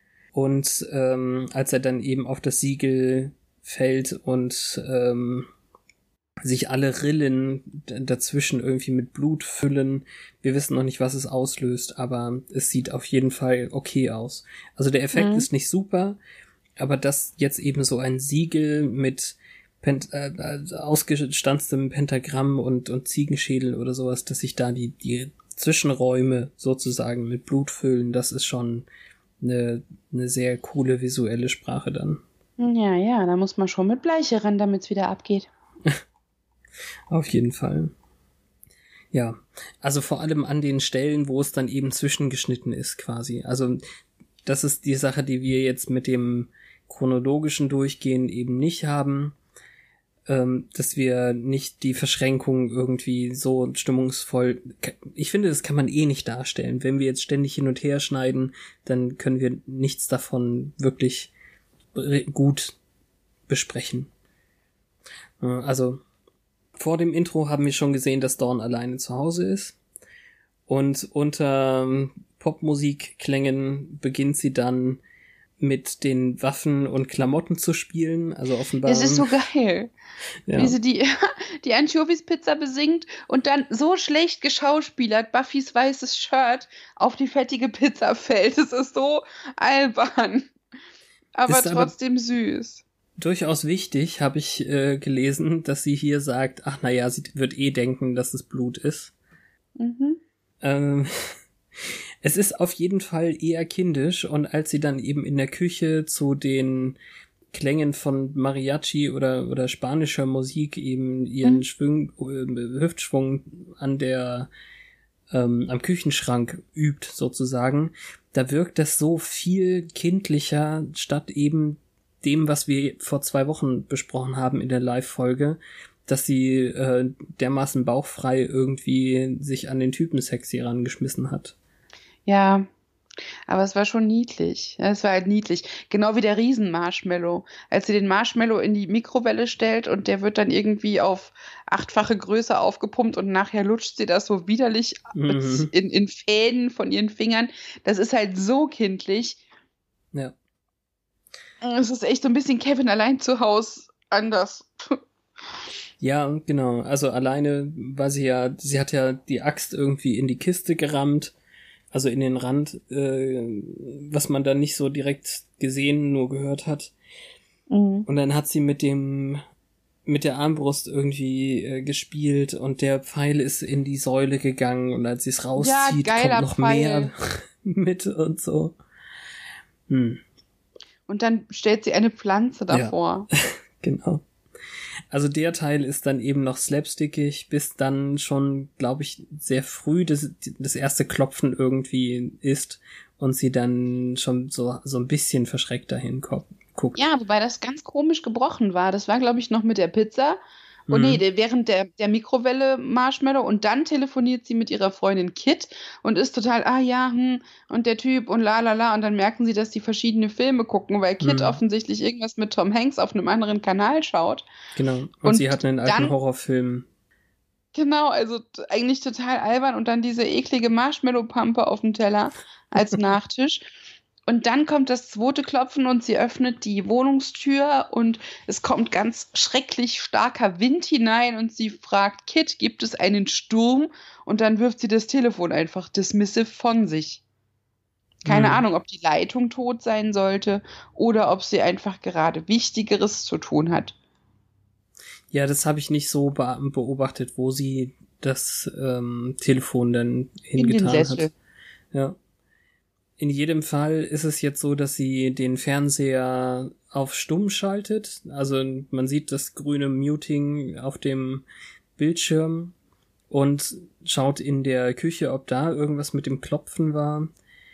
Und ähm, als er dann eben auf das Siegel fällt und ähm, sich alle Rillen d- dazwischen irgendwie mit Blut füllen. Wir wissen noch nicht, was es auslöst, aber es sieht auf jeden Fall okay aus. Also der Effekt Mhm. ist nicht super, aber dass jetzt eben so ein Siegel mit Pent äh, äh, ausgestanztem Pentagramm und, und Ziegenschädel oder sowas, dass sich da die, die Zwischenräume sozusagen mit Blut füllen, das ist schon eine, eine sehr coole visuelle Sprache dann. Ja, ja, da muss man schon mit Bleiche ran, damit es wieder abgeht. Auf jeden Fall. Ja, also vor allem an den Stellen, wo es dann eben zwischengeschnitten ist quasi. Also das ist die Sache, die wir jetzt mit dem chronologischen Durchgehen eben nicht haben, ähm, dass wir nicht die Verschränkung irgendwie so stimmungsvoll, ich finde, das kann man eh nicht darstellen. Wenn wir jetzt ständig hin und her schneiden, dann können wir nichts davon wirklich gut besprechen. Also vor dem Intro haben wir schon gesehen, dass Dawn alleine zu Hause ist und unter Popmusikklängen beginnt sie dann mit den Waffen und Klamotten zu spielen, also offenbar. Es ist so geil, ja. Wie sie die, die Anchovies-Pizza besingt und dann so schlecht geschauspielert Buffys weißes Shirt auf die fettige Pizza fällt. Es ist so albern, aber ist trotzdem aber süß. Durchaus wichtig, habe ich äh, gelesen, dass sie hier sagt, ach naja, sie wird eh denken, dass es Blut ist. Mhm. Ähm, es ist auf jeden Fall eher kindisch und als sie dann eben in der Küche zu den Klängen von Mariachi oder oder spanischer Musik eben ihren mhm. Schwung, äh, Hüftschwung an der ähm, am Küchenschrank übt sozusagen, da wirkt das so viel kindlicher statt eben dem, was wir vor zwei Wochen besprochen haben in der Live-Folge, dass sie äh, dermaßen bauchfrei irgendwie sich an den Typen sexy rangeschmissen hat. Ja, aber es war schon niedlich. Es war halt niedlich. Genau wie der Riesen-Marshmallow. Als sie den Marshmallow in die Mikrowelle stellt und der wird dann irgendwie auf achtfache Größe aufgepumpt und nachher lutscht sie das so widerlich Mhm. in, in Fäden von ihren Fingern. Das ist halt so kindlich. Ja. Es ist echt so ein bisschen Kevin allein zu Hause anders. Ja, genau. Also alleine war sie ja, sie hat ja die Axt irgendwie in die Kiste gerammt, also in den Rand, äh, was man dann nicht so direkt gesehen, nur gehört hat. Mhm. Und dann hat sie mit dem, mit der Armbrust irgendwie äh, gespielt und der Pfeil ist in die Säule gegangen und als sie es rauszieht, Ja, geiler kommt noch Pfeil. mehr mit und so. Hm. Und dann stellt sie eine Pflanze davor. Ja, genau. Also der Teil ist dann eben noch slapstickig, bis dann schon, glaube ich, sehr früh das, das erste Klopfen irgendwie ist und sie dann schon so, so ein bisschen verschreckt dahin guckt. Ja, wobei das ganz komisch gebrochen war. Das war, glaube ich, noch mit der Pizza. Oh Mhm. nee, der, während der, der Mikrowelle Marshmallow und dann telefoniert sie mit ihrer Freundin Kit und ist total, ah ja, hm, und der Typ und la la la und dann merken sie, dass die verschiedene Filme gucken, weil Kit Mhm. offensichtlich irgendwas mit Tom Hanks auf einem anderen Kanal schaut. Genau. Und, Und sie hat einen alten dann- Horrorfilm. Genau, also t- eigentlich total albern und dann diese eklige Marshmallow-Pampe auf dem Teller als Nachtisch. Und dann kommt das zweite Klopfen und sie öffnet die Wohnungstür und es kommt ganz schrecklich starker Wind hinein und sie fragt Kit, gibt es einen Sturm? Und dann wirft sie das Telefon einfach dismissive von sich. Keine Mhm. Ahnung, ob die Leitung tot sein sollte oder ob sie einfach gerade Wichtigeres zu tun hat. Ja, das habe ich nicht so be beobachtet, wo sie das ähm, Telefon dann In den hingetan Sessel. hat. Ja. In jedem Fall ist es jetzt so, dass sie den Fernseher auf stumm schaltet. Also man sieht das grüne Muting auf dem Bildschirm und schaut in der Küche, ob da irgendwas mit dem Klopfen war.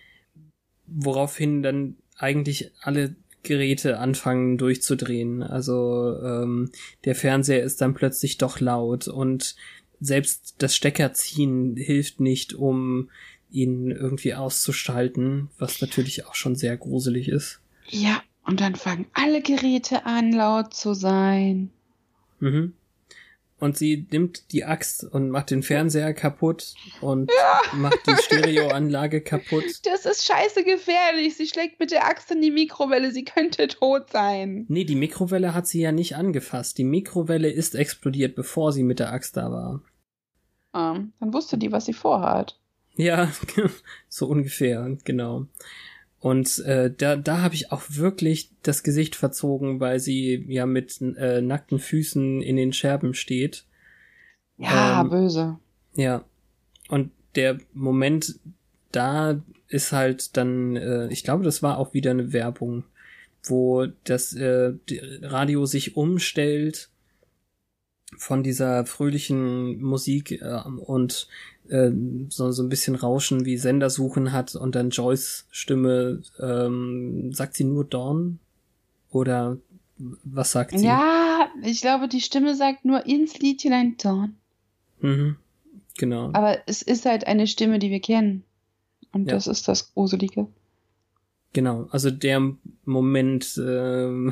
Woraufhin dann eigentlich alle Geräte anfangen durchzudrehen. Also ähm, der Fernseher ist dann plötzlich doch laut und selbst das Steckerziehen hilft nicht, um ihn irgendwie auszuschalten, was natürlich auch schon sehr gruselig ist. Ja, und dann fangen alle Geräte an, laut zu sein. Mhm. Und sie nimmt die Axt und macht den Fernseher kaputt und macht die Stereoanlage kaputt. Das ist scheiße gefährlich. Sie schlägt mit der Axt in die Mikrowelle. Sie könnte tot sein. Nee, die Mikrowelle hat sie ja nicht angefasst. Die Mikrowelle ist explodiert, bevor sie mit der Axt da war. Ah, dann wusste die, was sie vorhat. Ja, so ungefähr, genau. Und äh, da, da habe ich auch wirklich das Gesicht verzogen, weil sie ja mit äh, nackten Füßen in den Scherben steht. Ja, Ähm, böse. Ja. Und der Moment da ist halt dann, äh, ich glaube, das war auch wieder eine Werbung, wo das äh, die Radio sich umstellt von dieser fröhlichen Musik äh, und äh, so, so ein bisschen Rauschen wie Sendersuchen hat und dann Joyce Stimme, ähm, sagt sie nur Dawn? Oder was sagt sie? Ja, ich glaube, die Stimme sagt nur ins Lied hinein Dawn. Mhm, genau. Aber es ist halt eine Stimme, die wir kennen. Und Ja. das ist das Gruselige. Genau, also der Moment, ähm,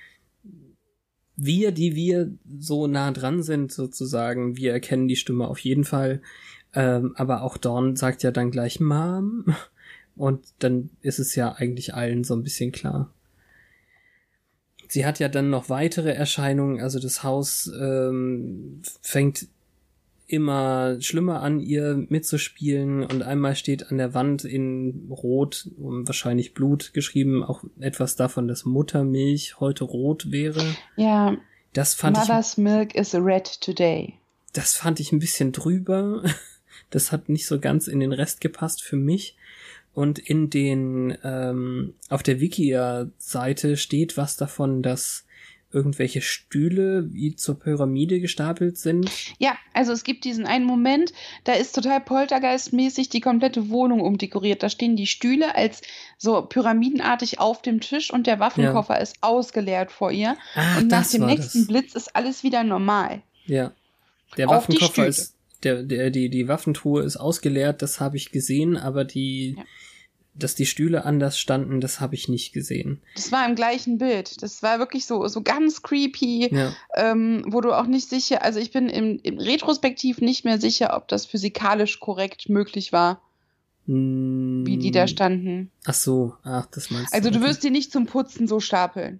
wir, die wir so nah dran sind sozusagen, wir erkennen die Stimme auf jeden Fall, ähm, aber auch Dawn sagt ja dann gleich Mom und dann ist es ja eigentlich allen so ein bisschen klar. Sie hat ja dann noch weitere Erscheinungen, also das Haus ähm, fängt immer schlimmer an, ihr mitzuspielen und einmal steht an der Wand in Rot, um wahrscheinlich Blut geschrieben, auch etwas davon, dass Muttermilch heute rot wäre. Ja, Das fand Mother's ich, milk is red today. das fand ich ein bisschen drüber. Das hat nicht so ganz in den Rest gepasst für mich. Und in den, ähm, auf der Wikia-Seite steht was davon, dass irgendwelche Stühle wie zur Pyramide gestapelt sind. Ja, also es gibt diesen einen Moment, da ist total poltergeistmäßig die komplette Wohnung umdekoriert. Da stehen die Stühle als so pyramidenartig auf dem Tisch und der Waffenkoffer ja. ist ausgeleert vor ihr. Ach, und nach das dem war nächsten das. Blitz ist alles wieder normal. Ja, der Auf die Waffenkoffer Stühle. ist, der, der, die, die Waffentruhe ist ausgeleert, das habe ich gesehen, aber die, Ja. dass die Stühle anders standen, das habe ich nicht gesehen. Das war im gleichen Bild. Das war wirklich so, so ganz creepy, Ja. ähm, wo du auch nicht sicher, also ich bin im, im Retrospektiv nicht mehr sicher, ob das physikalisch korrekt möglich war, Hm, wie die da standen. Ach so, ach, das meinst Also du okay. wirst die nicht zum Putzen so stapeln.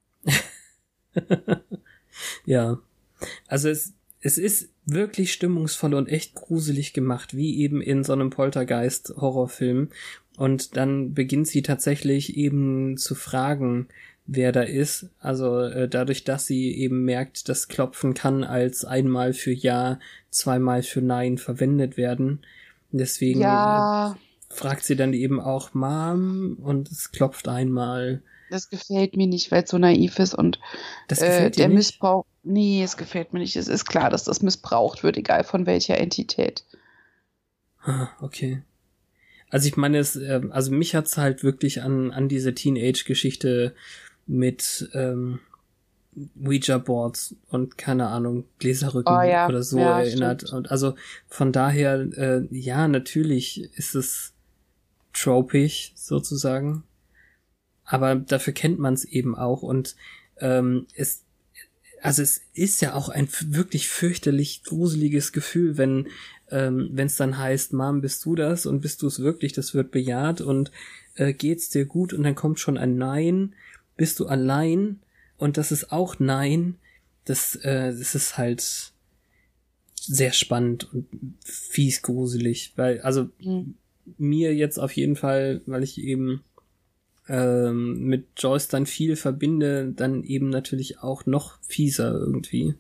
Ja, also es, es ist wirklich stimmungsvoll und echt gruselig gemacht, wie eben in so einem Poltergeist-Horrorfilm. Und dann beginnt sie tatsächlich eben zu fragen, wer da ist. Also äh, dadurch, dass sie eben merkt, das Klopfen kann als einmal für Ja, zweimal für Nein verwendet werden. Deswegen Ja, äh, fragt sie dann eben auch Mom und es klopft einmal. das gefällt mir nicht, weil es so naiv ist und Das äh, gefällt dir der nicht? Missbrauch. Nee, es gefällt mir nicht. Es ist klar, dass das missbraucht wird, egal von welcher Entität. Ah, okay. Also ich meine, es, äh, also mich hat's halt wirklich an an diese Teenage-Geschichte mit ähm, Ouija-Boards und keine Ahnung, Gläserrücken Oh ja, oder so ja, erinnert. stimmt. Und also von daher, äh, ja, natürlich ist es tropig sozusagen, aber dafür kennt man es eben auch und ähm, es also es ist ja auch ein f- wirklich fürchterlich gruseliges Gefühl, wenn ähm, wenn es dann heißt, Mom, bist du das? Und bist du es wirklich? Das wird bejaht und äh, geht's dir gut? Und dann kommt schon ein Nein. Bist du allein? Und das ist auch Nein. Das, äh, das ist halt sehr spannend und fies gruselig, weil also Mhm. mir jetzt auf jeden Fall, weil ich eben ähm, mit Joyce dann viel verbinde, dann eben natürlich auch noch fieser irgendwie.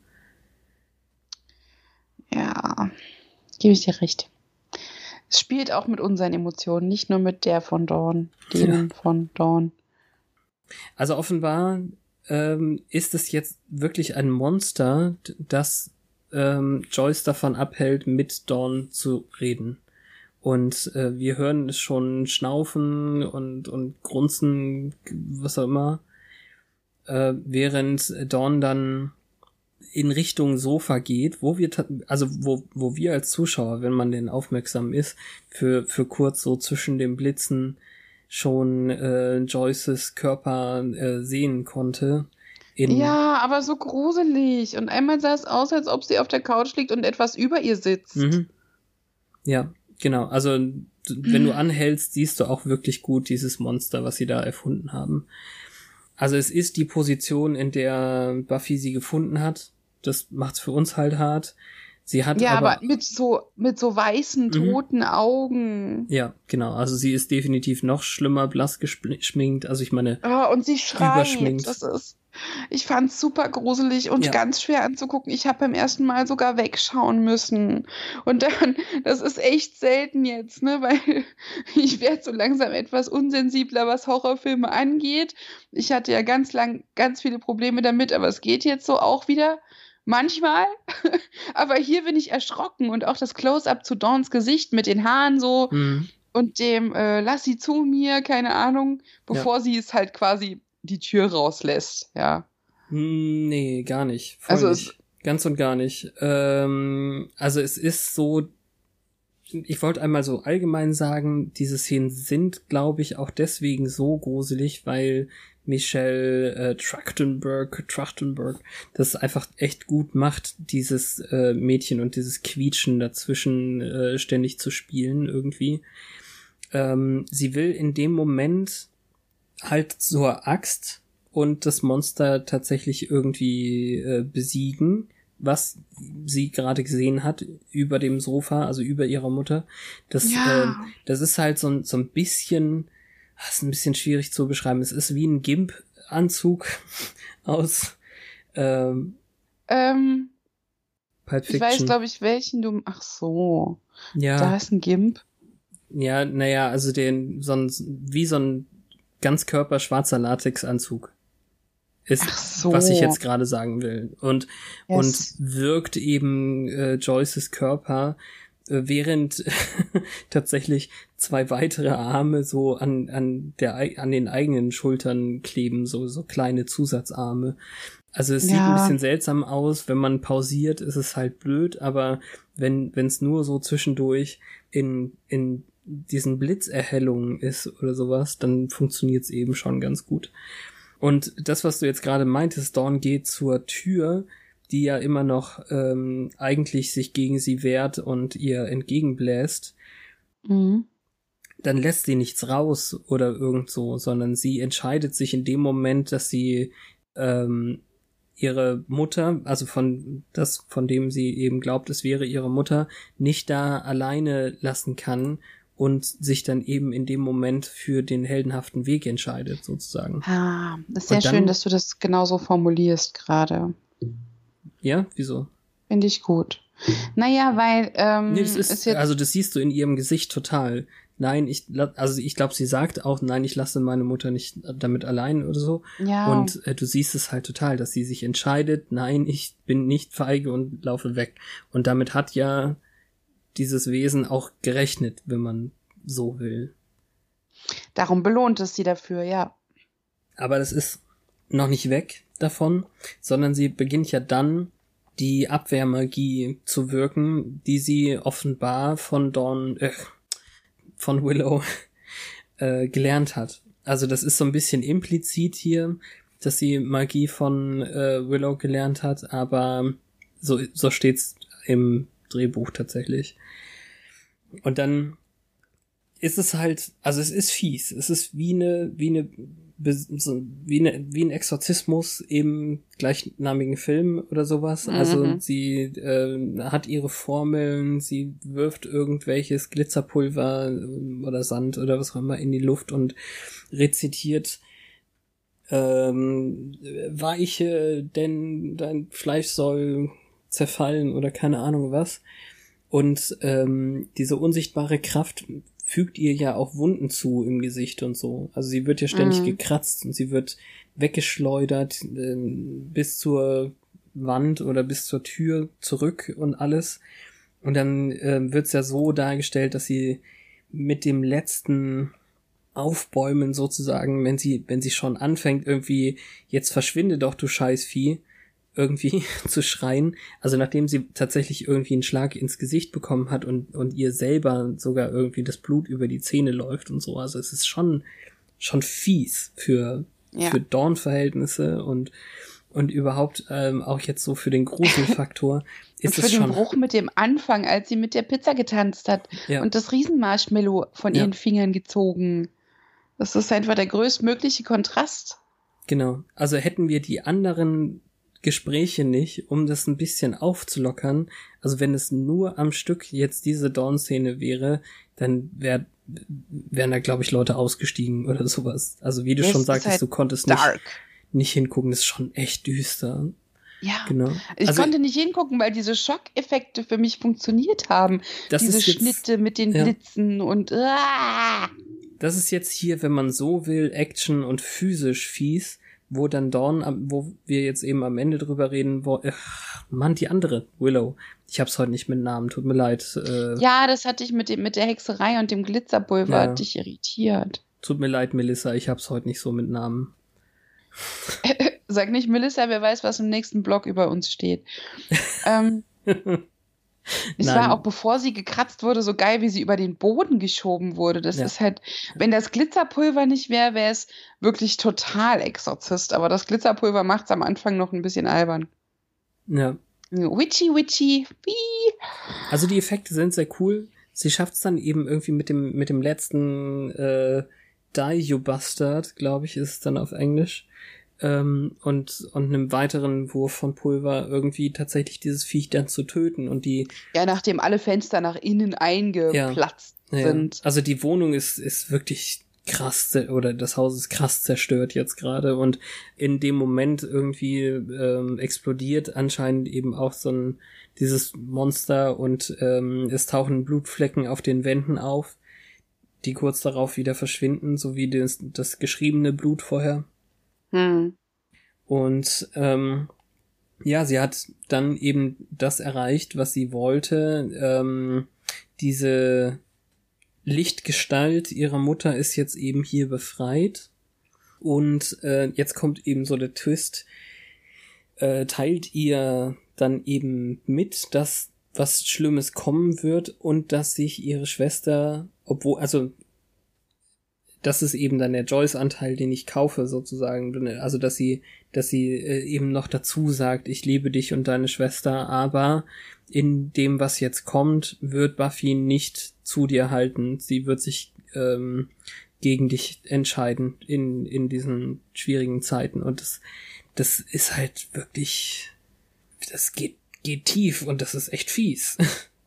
Ja, gebe ich dir recht. Es spielt auch mit unseren Emotionen, nicht nur mit der von Dawn, denen von Dawn. Also offenbar ähm, ist es jetzt wirklich ein Monster, d- das ähm, Joyce davon abhält, mit Dawn zu reden. Und äh, wir hören es schon schnaufen und, und grunzen, was auch immer, äh, während Dawn dann in Richtung Sofa geht, wo wir, ta- also wo, wo wir als Zuschauer, wenn man denn aufmerksam ist, für, für kurz so zwischen den Blitzen schon äh, Joyces Körper äh, sehen konnte. In, Ja, aber so gruselig. Und einmal sah es aus, als ob sie auf der Couch liegt und etwas über ihr sitzt. Mhm. Ja, genau. Also d- wenn du anhältst, siehst du auch wirklich gut dieses Monster, was sie da erfunden haben. Also es ist die Position, in der Buffy sie gefunden hat. Das macht's für uns halt hart. Sie hat Ja, aber, aber mit so, mit so weißen, toten Augen. ja, genau. Also sie ist definitiv noch schlimmer blass geschminkt. Also ich meine, Oh, und sie schreit. Überschminkt. Das ist, ich fand's super gruselig und Ja. ganz schwer anzugucken. Ich habe beim ersten Mal sogar wegschauen müssen. Und dann, das ist echt selten jetzt, ne, weil ich werde so langsam etwas unsensibler, was Horrorfilme angeht. Ich hatte ja ganz lang ganz viele Probleme damit, aber es geht jetzt so auch wieder. manchmal, aber hier bin ich erschrocken und auch das Close-up zu Dawns Gesicht mit den Haaren so Mhm. und dem äh, lass sie zu mir, keine Ahnung, bevor ja. sie es halt quasi die Tür rauslässt, ja. Nee, gar nicht. Voll also nicht. Ganz und gar nicht. Ähm, also es ist so, ich wollte einmal so allgemein sagen, diese Szenen sind, glaube ich, auch deswegen so gruselig, weil Michelle äh, Trachtenberg, Trachtenberg das einfach echt gut macht, dieses äh, Mädchen und dieses Quietschen dazwischen äh, ständig zu spielen irgendwie. Ähm, sie will in dem Moment halt zur Axt und das Monster tatsächlich irgendwie äh, besiegen, was sie gerade gesehen hat über dem Sofa, also über ihrer Mutter. Das, ja. äh, das ist halt so, so ein bisschen, das ist ein bisschen schwierig zu beschreiben. Es ist wie ein Gimp-Anzug aus ähm, ähm, Pulp Fiction. Ich weiß, glaube ich, welchen du... Ach so. Ja. Da ist ein Gimp. Ja, naja, also den, so ein, wie so ein ganzkörper schwarzer Latexanzug. Ist, Ach so. was ich jetzt gerade sagen will. Und, yes. und wirkt eben äh, Joyces Körper, äh, während tatsächlich zwei weitere Arme so an, an, der, an den eigenen Schultern kleben, so, so kleine Zusatzarme. Also es ja. sieht ein bisschen seltsam aus, wenn man pausiert, ist es halt blöd, aber wenn wenn es nur so zwischendurch in in diesen Blitzerhellungen ist oder sowas, dann funktioniert es eben schon ganz gut. Und das, was du jetzt gerade meintest, Dawn geht zur Tür, die ja immer noch ähm, eigentlich sich gegen sie wehrt und ihr entgegenbläst, mhm. dann lässt sie nichts raus oder irgend so, sondern sie entscheidet sich in dem Moment, dass sie ähm, ihre Mutter, also von das, von dem sie eben glaubt, es wäre ihre Mutter, nicht da alleine lassen kann und sich dann eben in dem Moment für den heldenhaften Weg entscheidet, sozusagen. Ah, das ist sehr dann, schön, dass du das genauso formulierst gerade. Ja, wieso? Finde ich gut. Naja, weil ähm, nee, das ist, ist jetzt also das siehst du in ihrem Gesicht total. Nein, ich, also ich glaube, sie sagt auch, nein, ich lasse meine Mutter nicht damit allein oder so. Ja. Und äh, du siehst es halt total, dass sie sich entscheidet, nein, ich bin nicht feige und laufe weg. Und damit hat ja dieses Wesen auch gerechnet, wenn man so will. Darum belohnt es sie dafür, ja. Aber das ist noch nicht weg davon, sondern sie beginnt ja dann die Abwehrmagie zu wirken, die sie offenbar von Dawn, äh, von Willow äh, gelernt hat. Also das ist so ein bisschen implizit hier, dass sie Magie von äh, Willow gelernt hat, aber so, so steht's im Drehbuch tatsächlich. Und dann ist es halt, also es ist fies. Es ist wie eine, wie eine, wie eine, wie ein Exorzismus im gleichnamigen Film oder sowas. Mhm. Also sie äh, hat ihre Formeln, sie wirft irgendwelches Glitzerpulver oder Sand oder was auch immer in die Luft und rezitiert ähm, weiche, denn dein Fleisch soll zerfallen oder keine Ahnung was. Und ähm, diese unsichtbare Kraft fügt ihr ja auch Wunden zu im Gesicht und so. Also sie wird ja ständig mhm. gekratzt und sie wird weggeschleudert äh, bis zur Wand oder bis zur Tür zurück und alles. Und dann äh, wird's ja so dargestellt, dass sie mit dem letzten Aufbäumen sozusagen, wenn sie wenn sie schon anfängt irgendwie, jetzt verschwinde doch, du Scheißvieh, irgendwie zu schreien, also nachdem sie tatsächlich irgendwie einen Schlag ins Gesicht bekommen hat und und ihr selber sogar irgendwie das Blut über die Zähne läuft und so, also es ist schon schon fies für ja. für Dawn-Verhältnisse und und überhaupt ähm, auch jetzt so für den Gruselfaktor ist und es schon. Für den Bruch mit dem Anfang, als sie mit der Pizza getanzt hat ja. und das Riesenmarshmallow von ja. ihren Fingern gezogen. Das ist einfach der größtmögliche Kontrast. Genau, also hätten wir die anderen Gespräche nicht, um das ein bisschen aufzulockern. Also wenn es nur am Stück jetzt diese Dawn-Szene wäre, dann wär, wären da, glaube ich, Leute ausgestiegen oder sowas. Also wie du das schon sagtest, halt du konntest nicht, nicht hingucken. Das ist schon echt düster. Ja, genau. Ich also, konnte nicht hingucken, weil diese Schockeffekte für mich funktioniert haben. Diese jetzt, Schnitte mit den ja. Blitzen und ah! Das ist jetzt hier, wenn man so will, Action und physisch fies, wo dann Dawn, wo wir jetzt eben am Ende drüber reden, wo, ach, Mann, die andere, Willow. Ich hab's heute nicht mit Namen, tut mir leid. Äh, ja, das hatte ich mit dem, mit der Hexerei und dem Glitzerpulver, Ja. hat dich irritiert. Tut mir leid, Melissa, ich hab's heute nicht so mit Namen. Sag nicht Melissa, wer weiß, was im nächsten Blog über uns steht. ähm, es Nein. war auch, bevor sie gekratzt wurde, so geil, wie sie über den Boden geschoben wurde. Das Ja. ist halt, wenn das Glitzerpulver nicht wäre, wäre es wirklich total Exorzist. Aber das Glitzerpulver macht es am Anfang noch ein bisschen albern. Ja. Witchy, witchy, wie. Also die Effekte sind sehr cool. Sie schafft es dann eben irgendwie mit dem mit dem letzten äh, Die You Bastard, glaube ich, ist es dann auf Englisch. Ähm, und und einem weiteren Wurf von Pulver irgendwie tatsächlich dieses Viech dann zu töten und die Ja, nachdem alle Fenster nach innen eingeplatzt ja, sind. also die Wohnung ist ist wirklich krass zer- oder das Haus ist krass zerstört jetzt gerade und in dem Moment irgendwie ähm, explodiert anscheinend eben auch so ein dieses Monster und ähm, es tauchen Blutflecken auf den Wänden auf, die kurz darauf wieder verschwinden, so wie das, das geschriebene Blut vorher. Hm. Und ähm, ja, sie hat dann eben das erreicht, was sie wollte. Ähm, diese Lichtgestalt ihrer Mutter ist jetzt eben hier befreit. Und äh, jetzt kommt eben so der Twist. Äh, teilt ihr dann eben mit, dass was Schlimmes kommen wird und dass sich ihre Schwester, obwohl, also das ist eben dann der Joyce-Anteil, den ich kaufe, sozusagen. Also, dass sie, dass sie äh, eben noch dazu sagt, ich liebe dich und deine Schwester, aber in dem, was jetzt kommt, wird Buffy nicht zu dir halten. Sie wird sich ähm, gegen dich entscheiden in, in diesen schwierigen Zeiten. Und das, das ist halt wirklich, das geht, geht tief und das ist echt fies.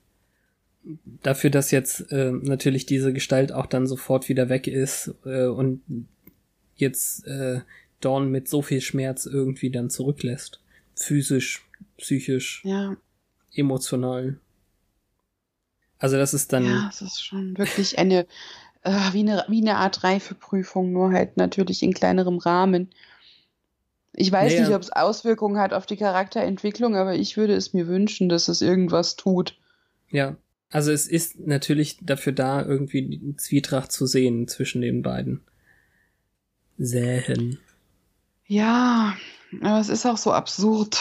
Dafür, dass jetzt äh, natürlich diese Gestalt auch dann sofort wieder weg ist äh, und jetzt äh, Dawn mit so viel Schmerz irgendwie dann zurücklässt. Physisch, psychisch, Ja. emotional. Also das ist dann... Ja, es ist schon wirklich eine, äh, wie eine, wie eine Art Reifeprüfung, nur halt natürlich in kleinerem Rahmen. Ich weiß Naja. nicht, ob es Auswirkungen hat auf die Charakterentwicklung, aber ich würde es mir wünschen, dass es irgendwas tut. Ja, also es ist natürlich dafür da, irgendwie die Zwietracht zu sehen zwischen den beiden. Sähen. Ja, aber es ist auch so absurd.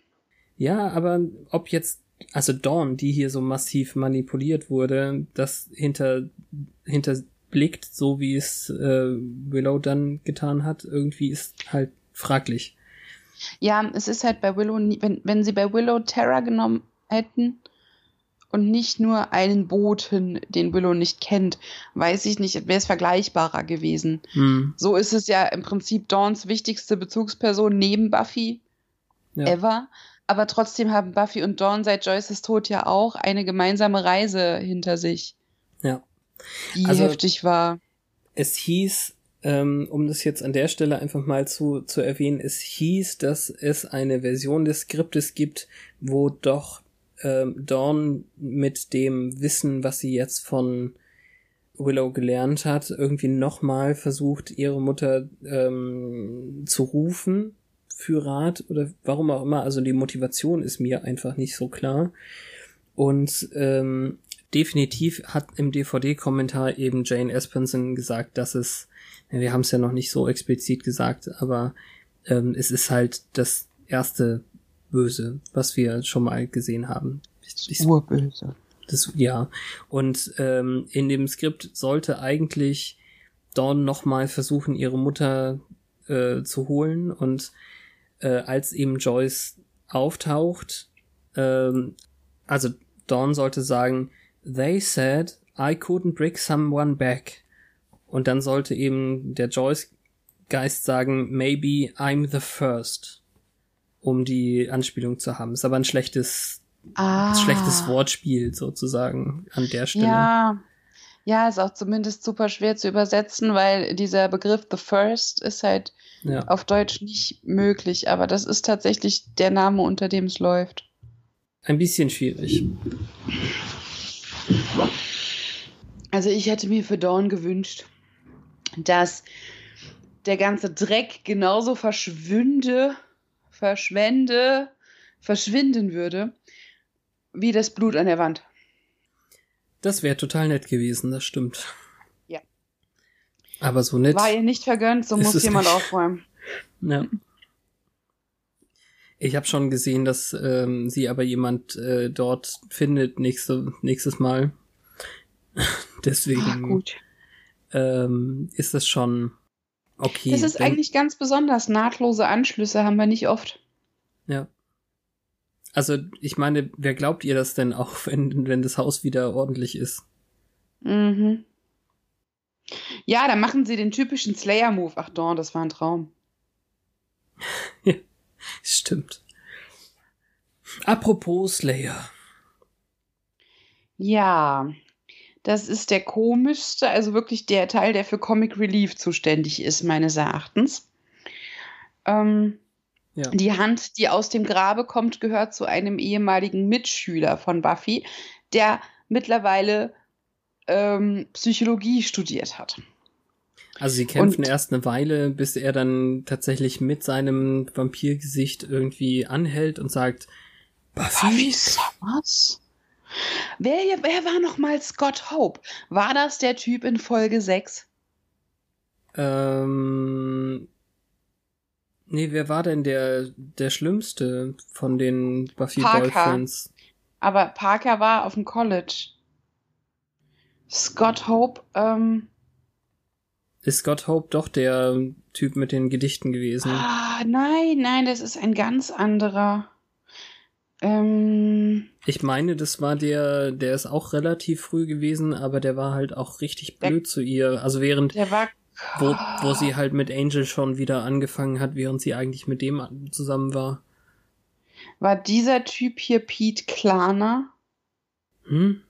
Ja, aber ob jetzt, also Dawn, die hier so massiv manipuliert wurde, das hinter, hinterblickt, so wie es äh, Willow dann getan hat, irgendwie ist halt fraglich. Ja, es ist halt bei Willow, nie- wenn, wenn sie bei Willow Terra genommen hätten und nicht nur einen Boten, den Willow nicht kennt, weiß ich nicht, wäre es vergleichbarer gewesen. Hm, So ist es ja im Prinzip Dawns wichtigste Bezugsperson neben Buffy ja. ever. Aber trotzdem haben Buffy und Dawn seit Joyces Tod ja auch eine gemeinsame Reise hinter sich, Ja. die Also- heftig war. Es hieß, ähm, um das jetzt an der Stelle einfach mal zu, zu erwähnen, es hieß, dass es eine Version des Skriptes gibt, wo doch ähm, Dawn mit dem Wissen, was sie jetzt von Willow gelernt hat, irgendwie nochmal versucht, ihre Mutter ähm, zu rufen für Rat oder warum auch immer. Also die Motivation ist mir einfach nicht so klar. Und ähm, definitiv hat im D V D-Kommentar eben Jane Espenson gesagt, dass es, ja, wir haben es ja noch nicht so explizit gesagt, aber ähm, es ist halt das erste Böse, was wir schon mal gesehen haben. Ich, ich, Urböse. das, ja. Und ähm, in dem Skript sollte eigentlich Dawn nochmal versuchen, ihre Mutter äh, zu holen. Und äh, als eben Joyce auftaucht, ähm, also Dawn sollte sagen, they said I couldn't bring someone back. Und dann sollte eben der Joyce-Geist sagen, maybe I'm the first, um die Anspielung zu haben. Ist aber ein schlechtes, Ah. schlechtes Wortspiel sozusagen an der Stelle. Ja. Ja, ist auch zumindest super schwer zu übersetzen, weil dieser Begriff the first ist halt Ja. auf Deutsch nicht möglich, aber das ist tatsächlich der Name, unter dem es läuft. Ein bisschen schwierig. Also ich hätte mir für Dawn gewünscht, dass der ganze Dreck genauso verschwinde, verschwende, verschwinden würde, wie das Blut an der Wand. Das wäre total nett gewesen, das stimmt. Ja. Aber so nett. War ihr nicht vergönnt, so muss jemand nicht aufräumen. Ja. Ich habe schon gesehen, dass ähm, sie aber jemand äh, dort findet nächste, nächstes Mal. Deswegen Ach, gut. Ähm, ist das schon okay. Das ist wenn, eigentlich ganz besonders. Nahtlose Anschlüsse haben wir nicht oft. Ja. Also ich meine, wer glaubt ihr das denn auch, wenn, wenn das Haus wieder ordentlich ist? Mhm. Ja, dann machen sie den typischen Slayer-Move. Ach Dawn, das war ein Traum. Ja, stimmt. Apropos Slayer. Ja, das ist der komischste, also wirklich der Teil, der für Comic Relief zuständig ist, meines Erachtens. Ähm, ja. Die Hand, die aus dem Grabe kommt, gehört zu einem ehemaligen Mitschüler von Buffy, der mittlerweile ähm, Psychologie studiert hat. Also sie kämpfen Und, erst eine Weile, bis er dann tatsächlich mit seinem Vampirgesicht irgendwie anhält und sagt, Buffy? Buffy Summers? Wer, wer war nochmal Scott Hope? War das der Typ in Folge sechs? Ähm... Nee, wer war denn der, der Schlimmste von den Buffy-Boyfriends? Aber Parker war auf dem College. Scott Hope, ähm... Ist Scott Hope doch der Typ mit den Gedichten gewesen? Ah, nein, nein, das ist ein ganz anderer. Ähm... Ich meine, das war der, der ist auch relativ früh gewesen, aber der war halt auch richtig blöd der, zu ihr. Also während... Der war... Wo, wo sie halt mit Angel schon wieder angefangen hat, während sie eigentlich mit dem zusammen war. War dieser Typ hier Pete Klarner? Hm?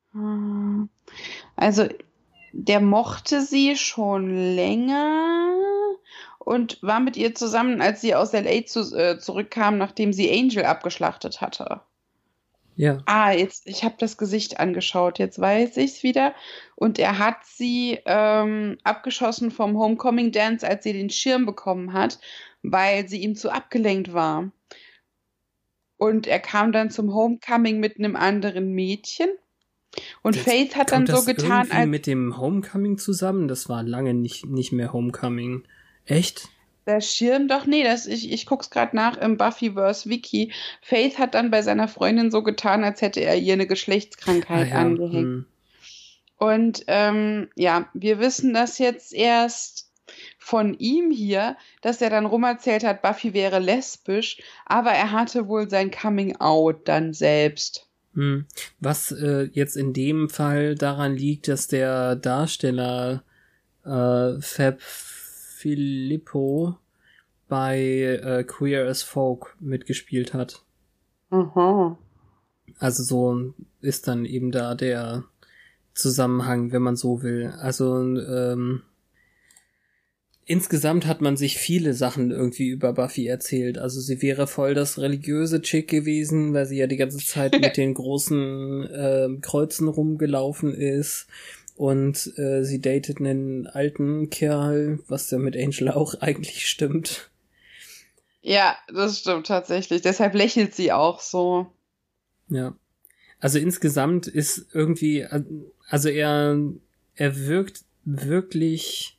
Also, der mochte sie schon länger und war mit ihr zusammen, als sie aus L A zu, äh, zurückkam, nachdem sie Angel abgeschlachtet hatte. Ja. Ah, jetzt, ich habe das Gesicht angeschaut, jetzt weiß ich's wieder. Und er hat sie ähm, abgeschossen vom Homecoming Dance, als sie den Schirm bekommen hat, weil sie ihm zu abgelenkt war. Und er kam dann zum Homecoming mit einem anderen Mädchen. Und jetzt Faith hat dann so getan, als... mit dem Homecoming zusammen? Das war lange nicht, nicht mehr Homecoming. Echt? Der Schirm, doch, nee, das, ich, ich guck's gerade nach im Buffyverse Wiki. Faith hat dann bei seiner Freundin so getan, als hätte er ihr eine Geschlechtskrankheit ah, ja. angehängt. Hm. Und ähm, ja, wir wissen das jetzt erst von ihm hier, dass er dann rumerzählt hat, Buffy wäre lesbisch, aber er hatte wohl sein Coming-out dann selbst. Hm. Was äh, jetzt in dem Fall daran liegt, dass der Darsteller äh, Fab Filippo bei äh, Queer as Folk mitgespielt hat. Aha. Also so ist dann eben da der Zusammenhang, wenn man so will. Also ähm, insgesamt hat man sich viele Sachen irgendwie über Buffy erzählt. Also sie wäre voll das religiöse Chick gewesen, weil sie ja die ganze Zeit mit den großen äh, Kreuzen rumgelaufen ist. Und äh, sie datet einen alten Kerl, was ja mit Angel auch eigentlich stimmt. Ja, das stimmt tatsächlich. Deshalb lächelt sie auch so. Ja. Also insgesamt ist irgendwie, also er, er wirkt wirklich,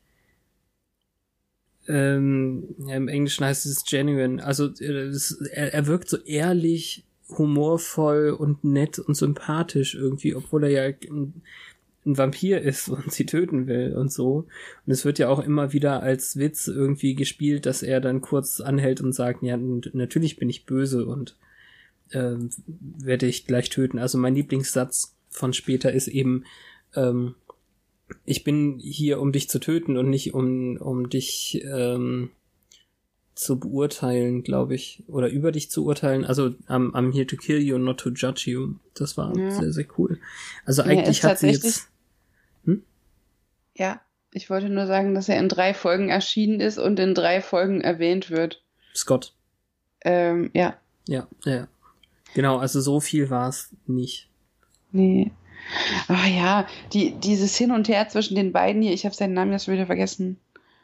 ähm, ja, im Englischen heißt es genuine. Also es, er, er wirkt so ehrlich, humorvoll und nett und sympathisch irgendwie, obwohl er ja ein, ein Vampir ist und sie töten will und so. Und es wird ja auch immer wieder als Witz irgendwie gespielt, dass er dann kurz anhält und sagt, ja, natürlich bin ich böse und äh, werde ich gleich töten. Also mein Lieblingssatz von später ist eben, ähm, ich bin hier, um dich zu töten und nicht um, um dich ähm, zu beurteilen, glaube ich, oder über dich zu urteilen. Also I'm, I'm here to kill you, not to judge you. Das war ja sehr, sehr cool. Also eigentlich ja, hat sie jetzt... Hm? Ja, ich wollte nur sagen, dass er in drei Folgen erschienen ist und in drei Folgen erwähnt wird. Scott. Ähm, ja. Ja, ja. Genau, also so viel war es nicht. Nee. Ach ja, die, dieses Hin und Her zwischen den beiden hier, ich habe seinen Namen jetzt schon wieder vergessen.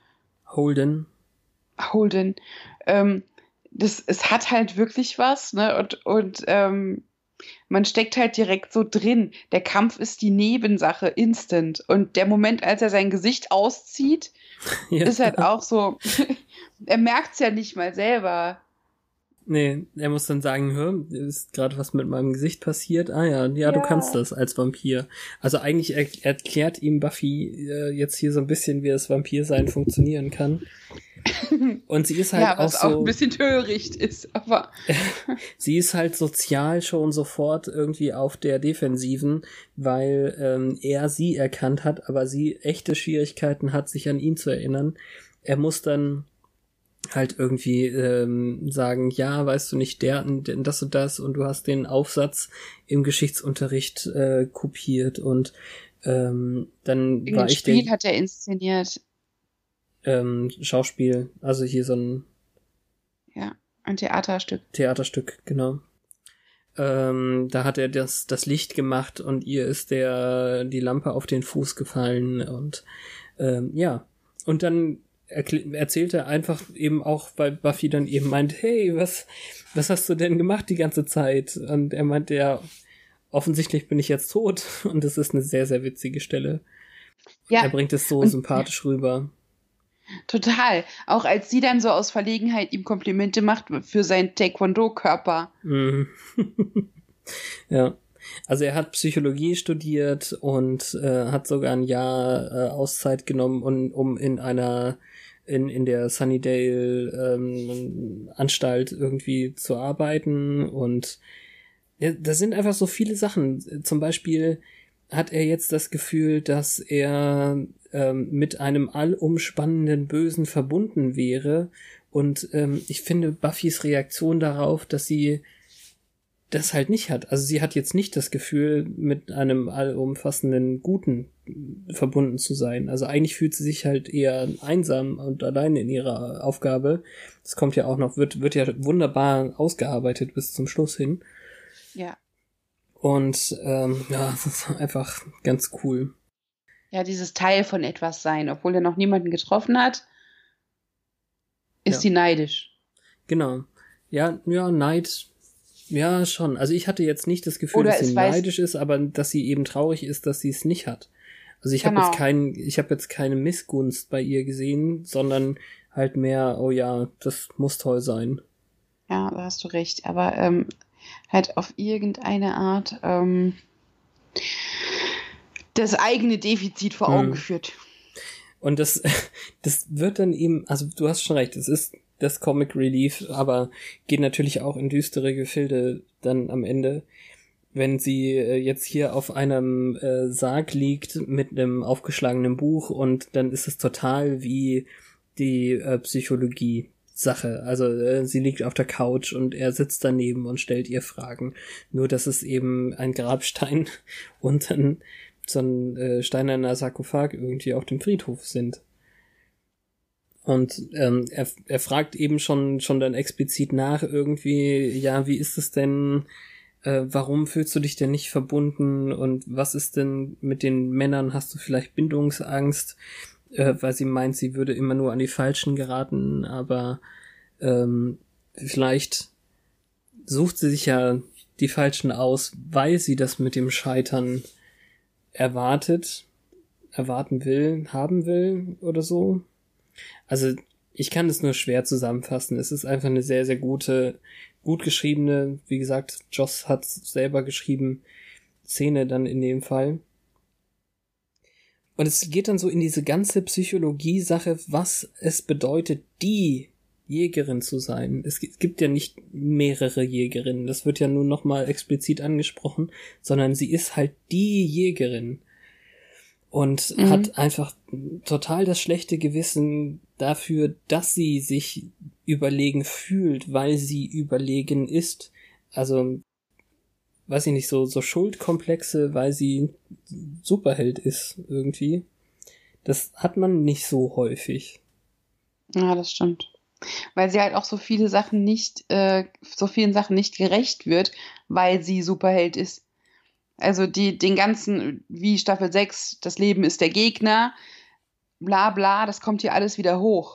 Holden. Holden. Ähm, das, es hat halt wirklich was, ne? Und, und ähm, man steckt halt direkt so drin. Der Kampf ist die Nebensache, instant. Und der Moment, als er sein Gesicht auszieht, ja. ist halt auch so, er merkt es ja nicht mal selber. Nee, er muss dann sagen, hör, ist gerade was mit meinem Gesicht passiert? Ah ja, ja, ja, du kannst das als Vampir. Also eigentlich er- erklärt ihm Buffy äh, jetzt hier so ein bisschen, wie das Vampirsein funktionieren kann. Und sie ist halt ja, auch was so... auch ein bisschen töricht ist, aber... sie ist halt sozial schon sofort irgendwie auf der Defensiven, weil ähm, er sie erkannt hat, aber sie echte Schwierigkeiten hat, sich an ihn zu erinnern. Er muss dann halt irgendwie ähm, sagen, ja, weißt du nicht, der das und das und du hast den Aufsatz im Geschichtsunterricht äh, kopiert und ähm, dann Irgendein war ich Spiel der hat er inszeniert. ähm, Schauspiel, also hier so ein ja, ein Theaterstück. Theaterstück, genau. Ähm, da hat er das das Licht gemacht und ihr ist der die Lampe auf den Fuß gefallen und ähm, ja, und dann erzählt er einfach eben auch, weil Buffy dann eben meint, hey, was, was hast du denn gemacht die ganze Zeit? Und er meint, ja, offensichtlich bin ich jetzt tot. Und das ist eine sehr, sehr witzige Stelle. Ja. Er bringt es so und, sympathisch rüber. Total. Auch als sie dann so aus Verlegenheit ihm Komplimente macht für seinen Taekwondo-Körper. Mhm. Ja. Also er hat Psychologie studiert und äh, hat sogar ein Jahr äh, Auszeit genommen, um, um in einer in in der Sunnydale ähm, Anstalt irgendwie zu arbeiten und ja, da sind einfach so viele Sachen. Zum Beispiel hat er jetzt das Gefühl, dass er ähm, mit einem allumspannenden Bösen verbunden wäre und ähm, ich finde Buffys Reaktion darauf, dass sie das halt nicht hat. Also sie hat jetzt nicht das Gefühl, mit einem allumfassenden Guten verbunden zu sein. Also eigentlich fühlt sie sich halt eher einsam und alleine in ihrer Aufgabe. Das kommt ja auch noch, wird, wird ja wunderbar ausgearbeitet bis zum Schluss hin. Ja. Und ähm, ja, das ist einfach ganz cool. Ja, dieses Teil von etwas sein, obwohl er noch niemanden getroffen hat, ist ja. sie neidisch. Genau. Ja, ja, Neid. Ja, schon. Also ich hatte jetzt nicht das Gefühl, Oder dass sie weiß, neidisch ist, aber dass sie eben traurig ist, dass sie es nicht hat. Also ich genau. habe jetzt kein, ich habe jetzt keine Missgunst bei ihr gesehen, sondern halt mehr, oh ja, das muss toll sein. Ja, da hast du recht. Aber ähm, halt auf irgendeine Art ähm, das eigene Defizit vor Augen hm. geführt. Und das, das wird dann eben, also du hast schon recht, es ist das Comic Relief, aber geht natürlich auch in düstere Gefilde dann am Ende, wenn sie äh, jetzt hier auf einem äh, Sarg liegt mit einem aufgeschlagenen Buch und dann ist es total wie die äh, Psychologie-Sache. Also äh, sie liegt auf der Couch und er sitzt daneben und stellt ihr Fragen. Nur, dass es eben ein Grabstein und dann so ein äh, steinerner Sarkophag irgendwie auf dem Friedhof sind. Und ähm, er, er fragt eben schon schon dann explizit nach irgendwie, ja, wie ist es denn, äh, warum fühlst du dich denn nicht verbunden und was ist denn mit den Männern, hast du vielleicht Bindungsangst, äh, weil sie meint, sie würde immer nur an die Falschen geraten, aber ähm, vielleicht sucht sie sich ja die Falschen aus, weil sie das mit dem Scheitern erwartet, erwarten will, haben will oder so. Also ich kann es nur schwer zusammenfassen. Es ist einfach eine sehr, sehr gute, gut geschriebene, wie gesagt, Joss hat es selber geschrieben, Szene dann in dem Fall. Und es geht dann so in diese ganze Psychologie-Sache, was es bedeutet, die Jägerin zu sein. Es gibt ja nicht mehrere Jägerinnen, das wird ja nur nochmal explizit angesprochen, sondern sie ist halt die Jägerin. Und mhm. hat einfach total das schlechte Gewissen dafür, dass sie sich überlegen fühlt, weil sie überlegen ist. Also, weiß ich nicht, so, so Schuldkomplexe, weil sie Superheld ist irgendwie. Das hat man nicht so häufig. Ja, das stimmt. Weil sie halt auch so viele Sachen nicht, äh, so vielen Sachen nicht gerecht wird, weil sie Superheld ist. Also die, den ganzen, wie Staffel sechs, das Leben ist der Gegner, bla bla, das kommt hier alles wieder hoch.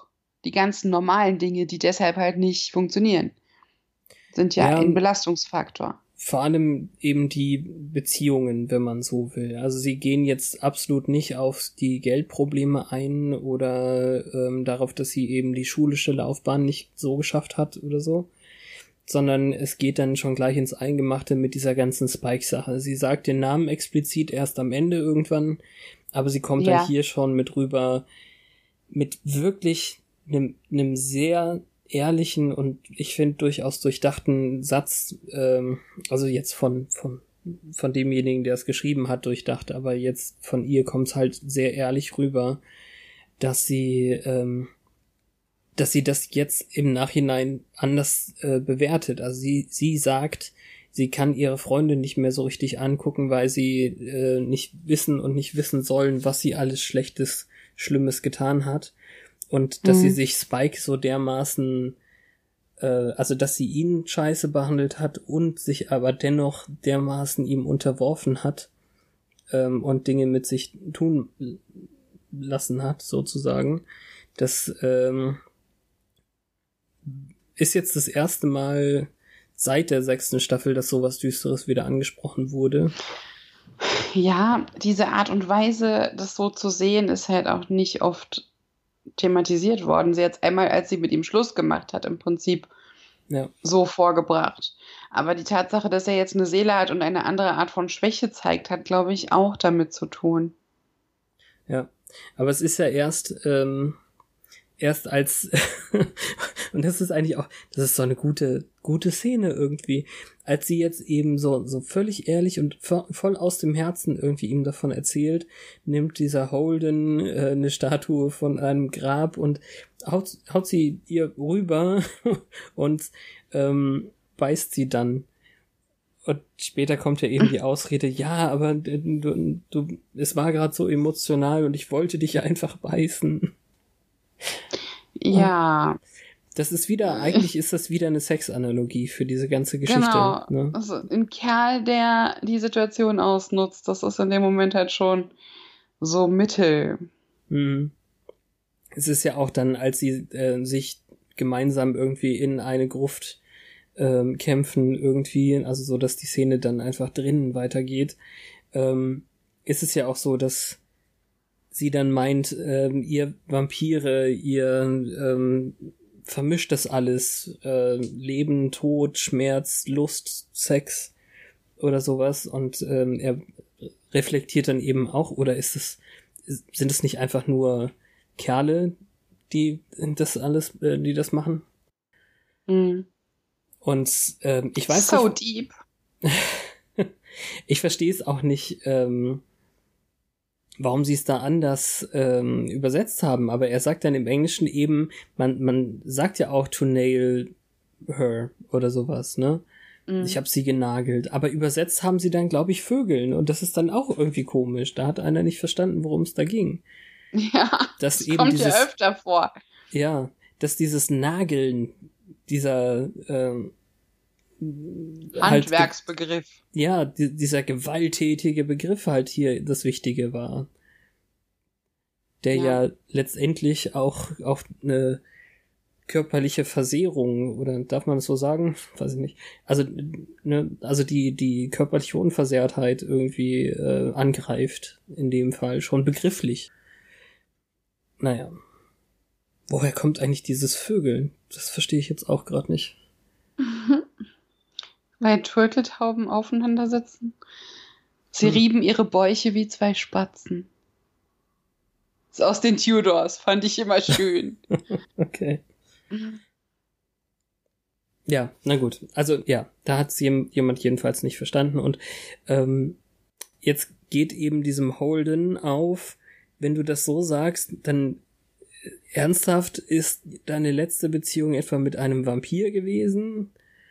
die ganzen normalen Dinge, die deshalb halt nicht funktionieren, sind ja, ja ein Belastungsfaktor. Vor allem eben die Beziehungen, wenn man so will. Also sie gehen jetzt absolut nicht auf die Geldprobleme ein oder ähm, darauf, dass sie eben die schulische Laufbahn nicht so geschafft hat oder so, sondern es geht dann schon gleich ins Eingemachte mit dieser ganzen Spike-Sache. Sie sagt den Namen explizit erst am Ende irgendwann, aber sie kommt ja. dann hier schon mit rüber mit wirklich einem, einem sehr ehrlichen und ich finde durchaus durchdachten Satz, ähm, also jetzt von von von demjenigen, der es geschrieben hat, durchdacht, aber jetzt von ihr kommt es halt sehr ehrlich rüber, dass sie ähm, dass sie das jetzt im Nachhinein anders äh, bewertet. Also sie sie sagt, sie kann ihre Freunde nicht mehr so richtig angucken, weil sie äh, nicht wissen und nicht wissen sollen, was sie alles Schlechtes, Schlimmes getan hat. Und dass mhm. sie sich Spike so dermaßen, äh, also dass sie ihn scheiße behandelt hat und sich aber dennoch dermaßen ihm unterworfen hat ähm, und Dinge mit sich tun lassen hat, sozusagen. Das ähm, ist jetzt das erste Mal seit der sechsten Staffel, dass sowas Düsteres wieder angesprochen wurde. Ja, diese Art und Weise, das so zu sehen, ist halt auch nicht oft thematisiert worden. Sie hat es einmal, als sie mit ihm Schluss gemacht hat, im Prinzip ja. so vorgebracht. Aber die Tatsache, dass er jetzt eine Seele hat und eine andere Art von Schwäche zeigt, hat, glaube ich, auch damit zu tun. Ja, aber es ist ja erst ähm, erst als und das ist eigentlich auch, das ist so eine gute gute Szene irgendwie, als sie jetzt eben so so völlig ehrlich und voll aus dem Herzen irgendwie ihm davon erzählt, nimmt dieser Holden äh, eine Statue von einem Grab und haut haut sie ihr rüber und ähm, beißt sie dann. Und später kommt ja eben die Ausrede, ja, aber du, du es war gerade so emotional und ich wollte dich einfach beißen. Ja. Und das ist wieder, eigentlich ist das wieder eine Sexanalogie für diese ganze Geschichte. Genau. Ne? Also ein Kerl, der die Situation ausnutzt, das ist in dem Moment halt schon so Mittel. Mhm. Es ist ja auch dann, als sie äh, sich gemeinsam irgendwie in eine Gruft ähm, kämpfen irgendwie, also so, dass die Szene dann einfach drinnen weitergeht, ähm, ist es ja auch so, dass sie dann meint, ähm, ihr Vampire, ihr ähm, vermischt das alles, äh, Leben, Tod, Schmerz, Lust, Sex oder sowas und ähm, er reflektiert dann eben auch, oder ist es, sind es nicht einfach nur Kerle, die das alles, äh, die das machen? Mhm. Und ähm, ich weiß so nicht, deep. Ich verstehe es auch nicht, ähm, warum sie es da anders ähm, übersetzt haben, aber er sagt dann im Englischen eben, man man sagt ja auch to nail her oder sowas, ne? Mm. Ich habe sie genagelt, aber übersetzt haben sie dann, glaube ich, Vögeln und das ist dann auch irgendwie komisch. Da hat einer nicht verstanden, worum es da ging. Ja, dass das eben kommt dieses, ja öfter vor. Ja, dass dieses Nageln, dieser ähm, Handwerksbegriff. Halt, ja, die, dieser gewalttätige Begriff halt hier das Wichtige war. Der ja, ja letztendlich auch, auch eine körperliche Versehrung, oder darf man das so sagen? Weiß ich nicht. Also, ne, also die, die körperliche Unversehrtheit irgendwie äh, angreift, in dem Fall, schon begrifflich. Naja. Woher kommt eigentlich dieses Vögeln? Das verstehe ich jetzt auch gerade nicht. Weil Turteltauben aufeinander sitzen. Sie hm. rieben ihre Bäuche wie zwei Spatzen. Das ist aus den Tudors, fand ich immer schön. Okay. Ja, na gut. Also ja, da hat es jemand jedenfalls nicht verstanden. Und ähm, jetzt geht eben diesem Holden auf, wenn du das so sagst, dann äh, ernsthaft ist deine letzte Beziehung etwa mit einem Vampir gewesen?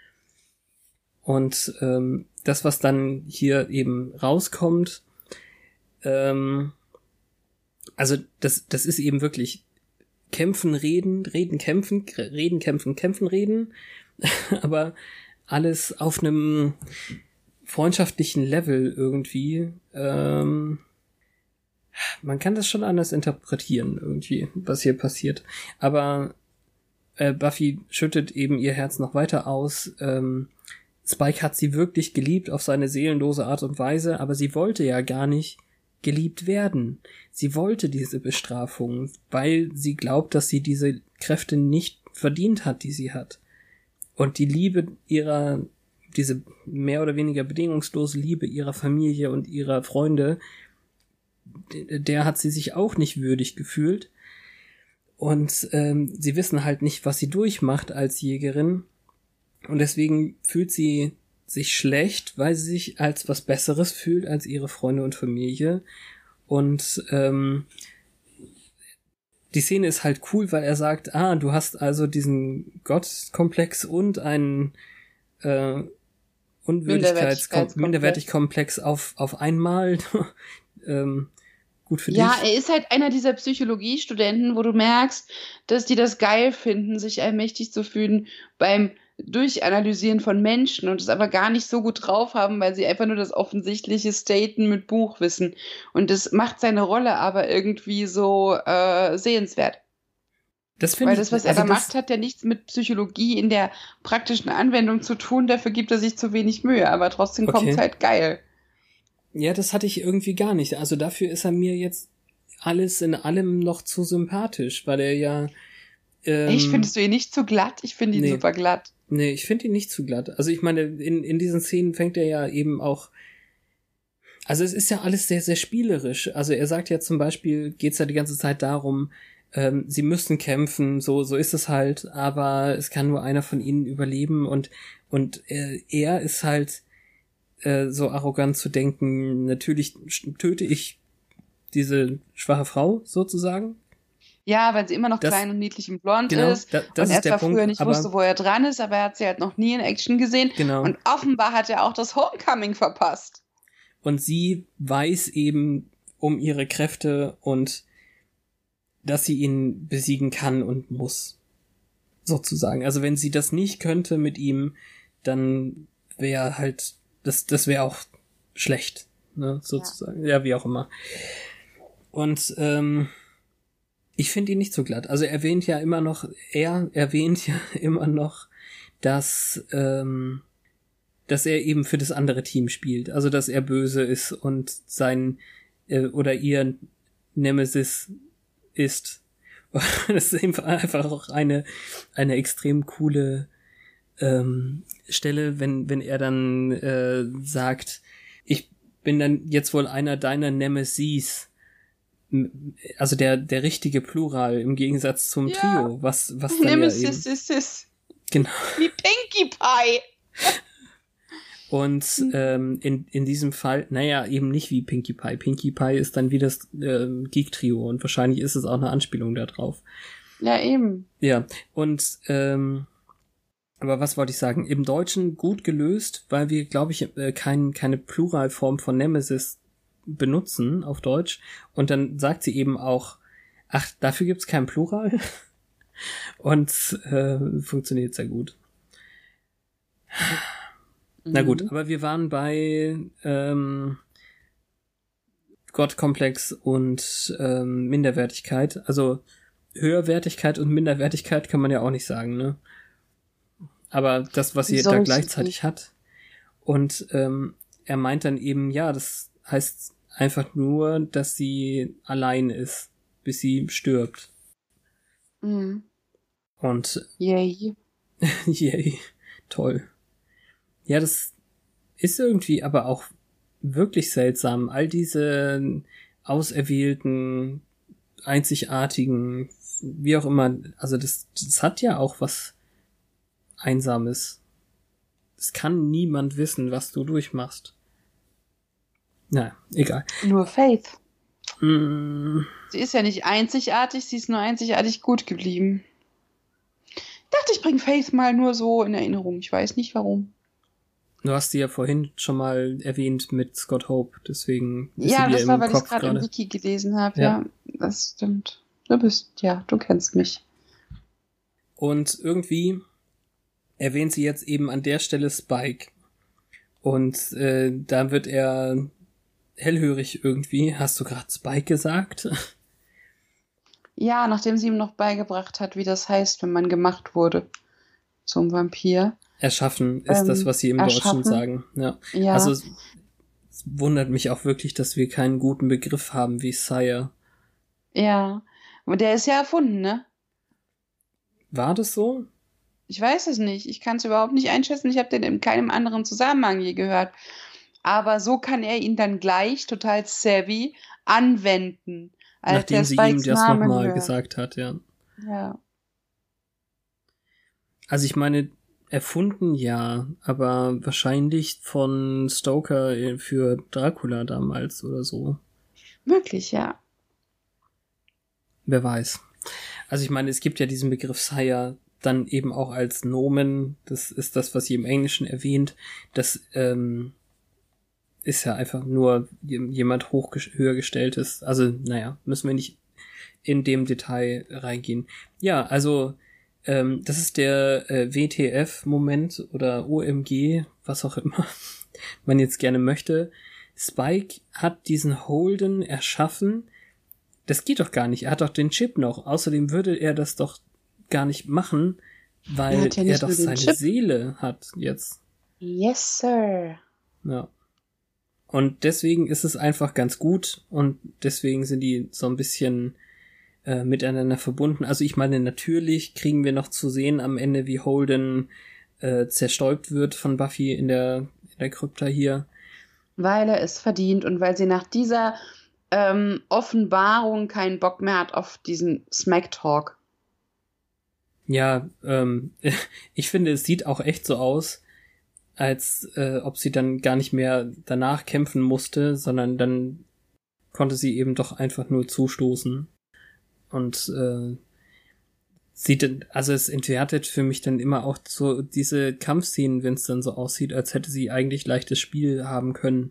Und ähm, das, was dann hier eben rauskommt, ähm, also das, das ist eben wirklich kämpfen, reden, reden, kämpfen, reden, kämpfen, kämpfen, reden, aber alles auf einem freundschaftlichen Level irgendwie. Ähm, man kann das schon anders interpretieren irgendwie, was hier passiert. Aber äh, Buffy schüttet eben ihr Herz noch weiter aus. Ähm, Spike hat sie wirklich geliebt auf seine seelenlose Art und Weise, aber sie wollte ja gar nicht geliebt werden. Sie wollte diese Bestrafung, weil sie glaubt, dass sie diese Kräfte nicht verdient hat, die sie hat. Und die Liebe ihrer, diese mehr oder weniger bedingungslose Liebe ihrer Familie und ihrer Freunde, der hat sie sich auch nicht würdig gefühlt. Und ähm, sie wissen halt nicht, was sie durchmacht als Jägerin. Und deswegen fühlt sie sich schlecht, weil sie sich als was Besseres fühlt als ihre Freunde und Familie. Und ähm, die Szene ist halt cool, weil er sagt, ah, du hast also diesen Gottkomplex und einen äh, Unwürdigkeitskomplex, Minderwertigkomplex auf, auf einmal. ähm, gut für ja, dich. Er ist halt einer dieser Psychologiestudenten, wo du merkst, dass die das geil finden, sich allmächtig zu fühlen beim Durchanalysieren von Menschen und es aber gar nicht so gut drauf haben, weil sie einfach nur das offensichtliche Staten mit Buch wissen. Und das macht seine Rolle aber irgendwie so äh, sehenswert. Das Weil ich, das, was also er da das, macht, hat ja nichts mit Psychologie in der praktischen Anwendung zu tun. Dafür gibt er sich zu wenig Mühe, aber trotzdem Okay. kommt es halt geil. Ja, das hatte ich irgendwie gar nicht. Also dafür ist er mir jetzt alles in allem noch zu sympathisch, weil er ja ähm, Echt, findest du ihn nicht zu glatt? Ich finde ihn nee. super glatt. Nee, ich finde ihn nicht zu glatt. Also ich meine, in, in diesen Szenen fängt er ja eben auch, also es ist ja alles sehr, sehr spielerisch. Also er sagt ja zum Beispiel, geht's ja die ganze Zeit darum, ähm, sie müssen kämpfen, so, so ist es halt, aber es kann nur einer von ihnen überleben und, und äh, er ist halt äh, so arrogant zu denken, natürlich töte ich diese schwache Frau sozusagen. Ja, weil sie immer noch Das- klein und niedlich und blond Genau, ist. da, das und er ist der zwar Punkt. früher nicht aber, wusste, wo er dran ist, aber er hat sie halt noch nie in Action gesehen. Genau. Und offenbar hat er auch das Homecoming verpasst. Und sie weiß eben um ihre Kräfte und dass sie ihn besiegen kann und muss. Sozusagen. Also wenn sie das nicht könnte mit ihm, dann wäre halt, das, das wäre auch schlecht, ne, sozusagen. Ja. ja, wie auch immer. Und ähm, ich finde ihn nicht so glatt. Also er erwähnt ja immer noch, er erwähnt ja immer noch, dass ähm, dass er eben für das andere Team spielt. Also dass er böse ist und sein äh, oder ihr Nemesis ist. Das ist einfach auch eine eine extrem coole ähm, Stelle, wenn wenn er dann äh, sagt, ich bin dann jetzt wohl einer deiner Nemesis. Also der der richtige Plural im Gegensatz zum Ja. Trio, was was dann Nemesis ja ist, ist, ist eben genau. wie Pinkie Pie. Und ähm, in in diesem Fall, naja, eben nicht wie Pinkie Pie. Pinkie Pie ist dann wie das ähm, Geek-Trio und wahrscheinlich ist es auch eine Anspielung da drauf. Ja, eben. Ja, und ähm, aber was wollte ich sagen? Im Deutschen gut gelöst, weil wir, glaube ich, äh, kein, keine Pluralform von Nemesis benutzen auf Deutsch. Und dann sagt sie eben auch, ach, dafür gibt's kein Plural. Und äh, funktioniert sehr gut. Na gut, aber wir waren bei ähm, Gottkomplex und ähm, Minderwertigkeit. Also Höherwertigkeit und Minderwertigkeit kann man ja auch nicht sagen, ne? Aber das, was sie Wieso da ist gleichzeitig nicht? hat. Und ähm, er meint dann eben, ja, das heißt einfach nur, dass sie allein ist, bis sie stirbt. Mhm. Und Yay. yay, toll. Ja, das ist irgendwie aber auch wirklich seltsam. All diese auserwählten, einzigartigen, wie auch immer, also das, das hat ja auch was Einsames. Es kann niemand wissen, was du durchmachst. Na, egal. Nur Faith. Mm, Sie ist ja nicht einzigartig, sie ist nur einzigartig gut geblieben. Ich dachte, ich bringe Faith mal nur so in Erinnerung. Ich weiß nicht warum. du hast sie ja vorhin schon mal erwähnt mit Scott Hope, deswegen ist Ja, sie dir das war, im weil ich es Kopf gerade im gerade. Wiki gelesen habe. Ja. Ja. Das stimmt. Du bist, ja, du kennst mich. Und irgendwie erwähnt sie jetzt eben an der Stelle Spike. Und äh, da wird er hellhörig irgendwie. Hast du gerade Spike gesagt? Ja, nachdem sie ihm noch beigebracht hat, wie das heißt, wenn man gemacht wurde zum Vampir. Erschaffen ist ähm, das, was sie im erschaffen. Deutschen sagen. Ja. ja. Also es wundert mich auch wirklich, dass wir keinen guten Begriff haben wie Sire. Ja, aber der ist ja erfunden, ne? War das so? Ich weiß es nicht. Ich kann es überhaupt nicht einschätzen. Ich habe den in keinem anderen Zusammenhang je gehört. Aber so kann er ihn dann gleich total savvy anwenden. Als Nachdem sie ihm das nochmal gesagt hat, ja. Ja. Also ich meine, erfunden ja, aber wahrscheinlich von Stoker für Dracula damals oder so. Möglich, ja. Wer weiß. Also ich meine, es gibt ja diesen Begriff Sire dann eben auch als Nomen. Das ist das, was sie im Englischen erwähnt. Das ähm, ist ja einfach nur jemand hoch höher gestellt ist. Also, naja, müssen wir nicht in dem Detail reingehen. Ja, also ähm, das ist der äh, W T F-Moment oder O M G, was auch immer man jetzt gerne möchte. Spike hat diesen Holden erschaffen. Das geht doch gar nicht. Er hat doch den Chip noch. Außerdem würde er das doch gar nicht machen, weil er, ja er doch seine Chip. Seele hat jetzt. Yes, sir. Ja. Und deswegen ist es einfach ganz gut und deswegen sind die so ein bisschen äh, miteinander verbunden. Also ich meine, natürlich kriegen wir noch zu sehen am Ende, wie Holden äh, zerstäubt wird von Buffy in der, in der Krypta hier. Weil er es verdient und weil sie nach dieser ähm, Offenbarung keinen Bock mehr hat auf diesen Smack-Talk. Ja, ähm, ich finde, es sieht auch echt so aus, als äh, ob sie dann gar nicht mehr danach kämpfen musste, sondern dann konnte sie eben doch einfach nur zustoßen. Und äh, sieht, also es entwertet für mich dann immer auch so diese Kampfszenen, wenn es dann so aussieht, als hätte sie eigentlich leichtes Spiel haben können.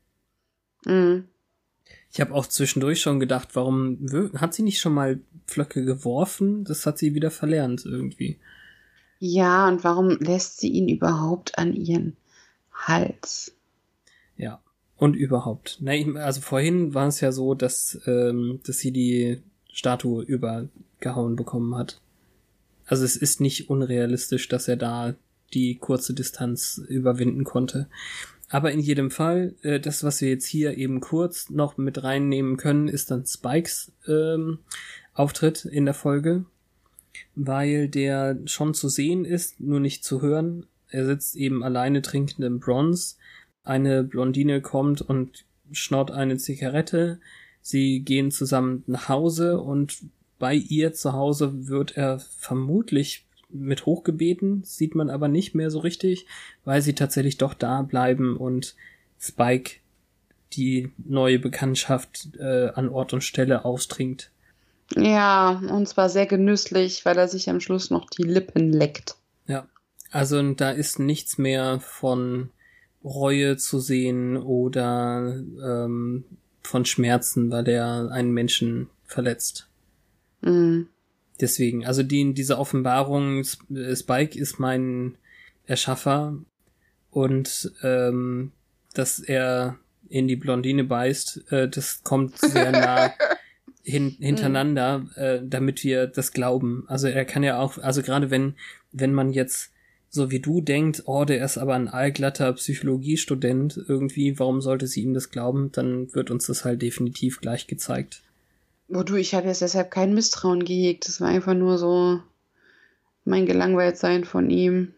Mhm. Ich habe auch zwischendurch schon gedacht, warum hat sie nicht schon mal Pflöcke geworfen? Das hat sie wieder verlernt irgendwie. Ja, und warum lässt sie ihn überhaupt an ihren Hals? Ja, und überhaupt. Na, ich, also vorhin war es ja so, dass, ähm, dass sie die Statue übergehauen bekommen hat. Also es ist nicht unrealistisch, dass er da die kurze Distanz überwinden konnte. Aber in jedem Fall, äh, das, was wir jetzt hier eben kurz noch mit reinnehmen können, ist dann Spikes ähm, Auftritt in der Folge, weil der schon zu sehen ist, nur nicht zu hören. Er sitzt eben alleine trinkend im Bronze. Eine Blondine kommt und schnaut eine Zigarette. Sie gehen zusammen nach Hause und bei ihr zu Hause wird er vermutlich mit hochgebeten, sieht man aber nicht mehr so richtig, weil sie tatsächlich doch da bleiben und Spike die neue Bekanntschaft äh, an Ort und Stelle austrinkt. Ja, und zwar sehr genüsslich, weil er sich am Schluss noch die Lippen leckt. Ja, also da ist nichts mehr von Reue zu sehen oder ähm, von Schmerzen, weil er einen Menschen verletzt. Mhm. Deswegen, also die, diese Offenbarung, Spike ist mein Erschaffer und ähm, dass er in die Blondine beißt, äh, das kommt sehr nah hin, hintereinander, äh, damit wir das glauben. Also er kann ja auch, also gerade wenn wenn man jetzt so wie du denkt, oh, der ist aber ein allglatter Psychologiestudent irgendwie, warum sollte sie ihm das glauben, dann wird uns das halt definitiv gleich gezeigt. Oh du, ich habe jetzt deshalb kein Misstrauen gehegt. Das war einfach nur so mein Gelangweiltsein von ihm.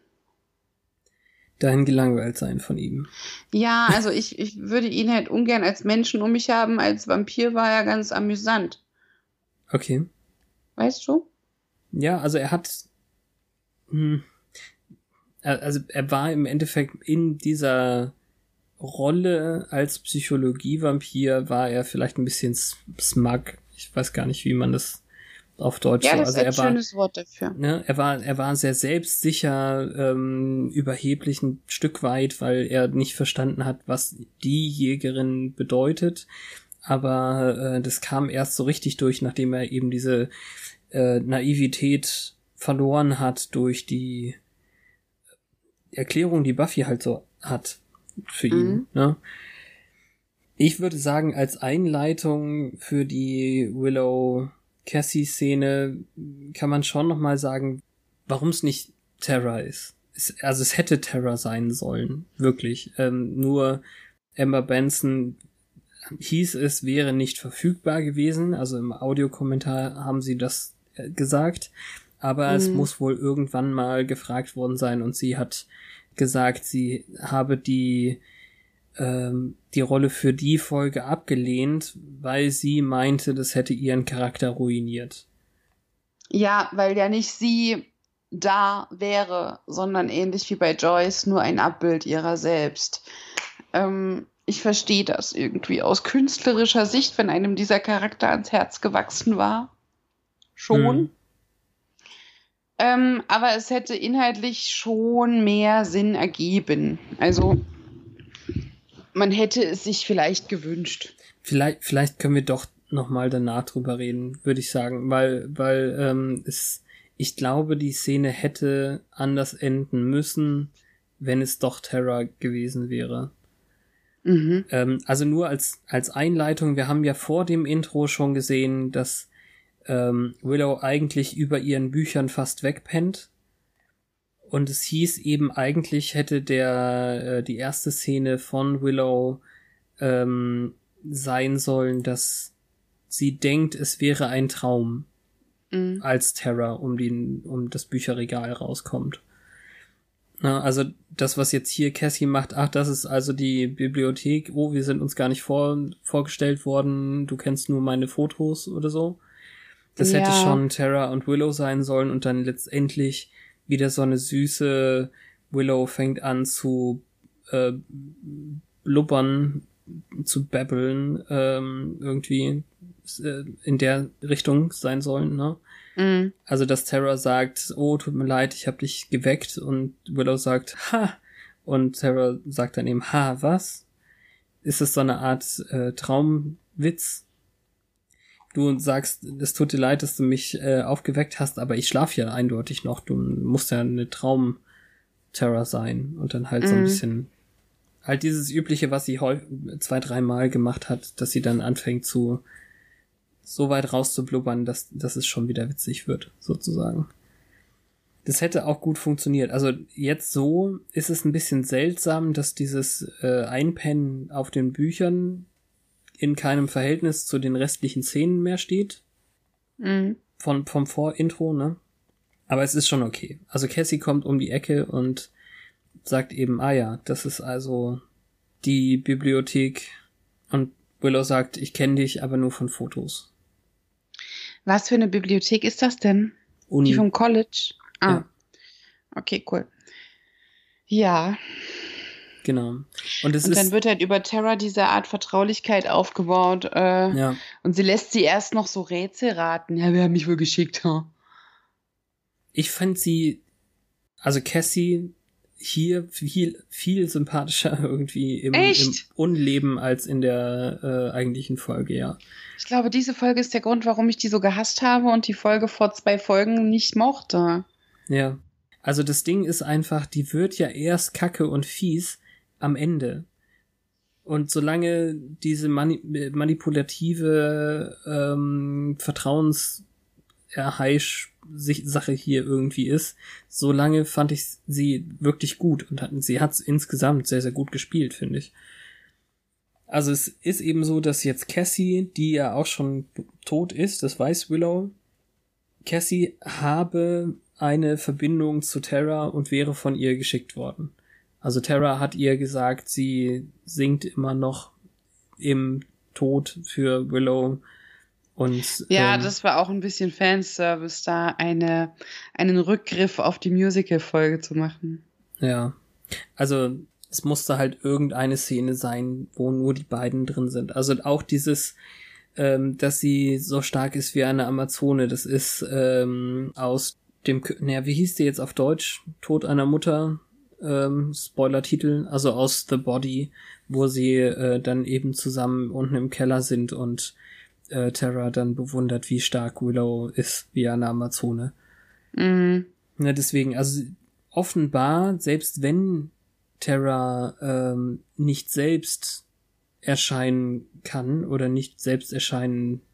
Dein Gelangweiltsein von ihm. Ja, also ich, ich würde ihn halt ungern als Menschen um mich haben. Als Vampir war er ganz amüsant. Okay. Weißt du? Ja, also er hat... Hm, also er war im Endeffekt in dieser Rolle als Psychologie-Vampir, war er vielleicht ein bisschen smug. Ich weiß gar nicht, wie man das auf Deutsch ja, so. das Also ist ein er war, schönes Wort dafür. Ne, er war, er war sehr selbstsicher, ähm, überheblich ein Stück weit, weil er nicht verstanden hat, was die Jägerin bedeutet. Aber äh, das kam erst so richtig durch, nachdem er eben diese äh, Naivität verloren hat durch die Erklärung, die Buffy halt so hat für ihn. Mhm. Ne? Ich würde sagen, als Einleitung für die Willow Cassie-Szene kann man schon nochmal sagen, warum es nicht Terra ist. Es, also es hätte Terra sein sollen, wirklich. Ähm, nur Emma Benson hieß es, wäre nicht verfügbar gewesen. Also im Audiokommentar haben sie das äh, gesagt. Aber mhm. es muss wohl irgendwann mal gefragt worden sein und sie hat gesagt, sie habe die ähm, die Rolle für die Folge abgelehnt, weil sie meinte, das hätte ihren Charakter ruiniert. Ja, weil ja nicht sie da wäre, sondern ähnlich wie bei Joyce nur ein Abbild ihrer selbst. Ähm, ich verstehe das irgendwie aus künstlerischer Sicht, wenn einem dieser Charakter ans Herz gewachsen war. Schon. Hm. Ähm, aber es hätte inhaltlich schon mehr Sinn ergeben. Also man hätte es sich vielleicht gewünscht. Vielleicht, vielleicht können wir doch nochmal danach drüber reden, würde ich sagen, weil, weil ähm, es, ich glaube, die Szene hätte anders enden müssen, wenn es doch Terra gewesen wäre. Mhm. Ähm, also nur als, als Einleitung, wir haben ja vor dem Intro schon gesehen, dass ähm, Willow eigentlich über ihren Büchern fast wegpennt. Und es hieß eben, eigentlich hätte der äh, die erste Szene von Willow ähm, sein sollen, dass sie denkt, es wäre ein Traum, mhm. als Terra um den um das Bücherregal rauskommt. Na, also das, was jetzt hier Cassie macht, ach, das ist also die Bibliothek, oh, wir sind uns gar nicht vor, vorgestellt worden, du kennst nur meine Fotos oder so. Das ja. hätte schon Terra und Willow sein sollen und dann letztendlich wieder so eine süße Willow fängt an zu äh, blubbern, zu babbeln, ähm, irgendwie äh, in der Richtung sein sollen, ne? Mhm. Also, dass Terra sagt, oh, tut mir leid, ich hab dich geweckt und Willow sagt, ha! Und Terra sagt dann eben, ha, was? Ist es so eine Art äh, Traumwitz? Du sagst, es tut dir leid, dass du mich äh, aufgeweckt hast, aber ich schlaf ja eindeutig noch. Du musst ja eine Traum-Terra sein. Und dann halt mm. so ein bisschen halt dieses Übliche, was sie häufig zwei, dreimal gemacht hat, dass sie dann anfängt zu so weit rauszublubbern, dass, dass es schon wieder witzig wird, sozusagen. Das hätte auch gut funktioniert. Also jetzt so ist es ein bisschen seltsam, dass dieses äh, Einpennen auf den Büchern in keinem Verhältnis zu den restlichen Szenen mehr steht. Mhm. Von, vom Vorintro, ne? Aber es ist schon okay. Also Cassie kommt um die Ecke und sagt eben, ah ja, das ist also die Bibliothek. Und Willow sagt, ich kenne dich, aber nur von Fotos. Was für eine Bibliothek ist das denn? Uni. Die vom College? Ah. Ja. Okay, cool. Ja. Genau. Und, es und dann ist, wird halt über Terra diese Art Vertraulichkeit aufgebaut. Äh, ja. Und sie lässt sie erst noch so Rätsel raten. Ja, wir haben mich wohl geschickt. Huh? Ich fand sie, also Cassie hier viel, viel sympathischer irgendwie im, im Unleben als in der äh, eigentlichen Folge, ja. Ich glaube, diese Folge ist der Grund, warum ich die so gehasst habe und die Folge vor zwei Folgen nicht mochte. Ja. Also das Ding ist einfach, die wird ja erst kacke und fies am Ende. Und solange diese mani- manipulative ähm, Vertrauenserheisch-Sache hier irgendwie ist, solange fand ich sie wirklich gut und hatten, sie hat es insgesamt sehr, sehr gut gespielt, finde ich. Also es ist eben so, dass jetzt Cassie, die ja auch schon tot ist, das weiß Willow, Cassie habe eine Verbindung zu Terra und wäre von ihr geschickt worden. Also Terra hat ihr gesagt, sie singt immer noch im Tod für Willow und ja, ähm, das war auch ein bisschen Fanservice, da eine einen Rückgriff auf die Musical-Folge zu machen. Ja, also es musste halt irgendeine Szene sein, wo nur die beiden drin sind. Also auch dieses, ähm, dass sie so stark ist wie eine Amazone, das ist ähm, aus dem, naja, wie hieß die jetzt auf Deutsch? Tod einer Mutter, ähm, Spoiler-Titel, also aus The Body, wo sie äh, dann eben zusammen unten im Keller sind und äh, Terra dann bewundert, wie stark Willow ist, wie eine Amazone. Mhm. Ja, deswegen, also offenbar, selbst wenn Terra ähm, nicht selbst erscheinen kann oder nicht selbst erscheinen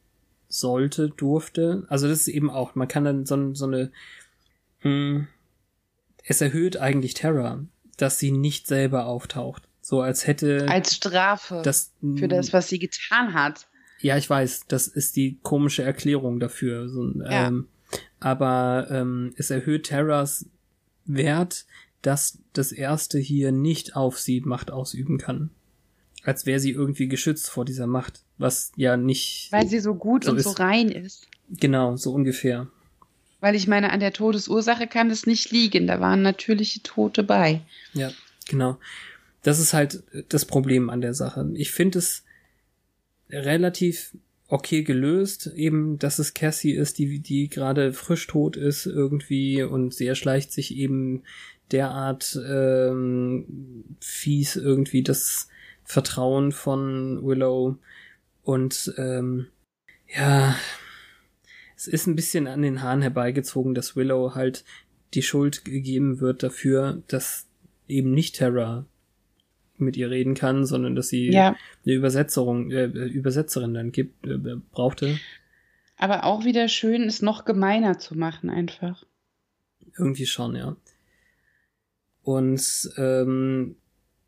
sollte, durfte. Also das ist eben auch, man kann dann so, so eine, mh, es erhöht eigentlich Terra, dass sie nicht selber auftaucht. So als hätte... Als Strafe das, für das, was sie getan hat. Ja, ich weiß, das ist die komische Erklärung dafür. So, ja. ähm, aber ähm, es erhöht Terras Wert, dass das Erste hier nicht auf sie Macht ausüben kann. Als wäre sie irgendwie geschützt vor dieser Macht, was ja nicht... Weil sie so gut so und ist. so rein ist. Genau, so ungefähr. Weil ich meine, an der Todesursache kann es nicht liegen. Da waren natürliche Tote bei. Ja, genau. Das ist halt das Problem an der Sache. Ich finde es relativ okay gelöst, eben, dass es Cassie ist, die, die gerade frisch tot ist irgendwie und sie erschleicht sich eben derart ähm, fies irgendwie das Vertrauen von Willow und ähm, ja, es ist ein bisschen an den Haaren herbeigezogen, dass Willow halt die Schuld gegeben wird dafür, dass eben nicht Terra mit ihr reden kann, sondern dass sie ja. eine Übersetzerung, äh, Übersetzerin dann gibt, äh, brauchte. Aber auch wieder schön, es noch gemeiner zu machen einfach. Irgendwie schon, ja. Und ähm,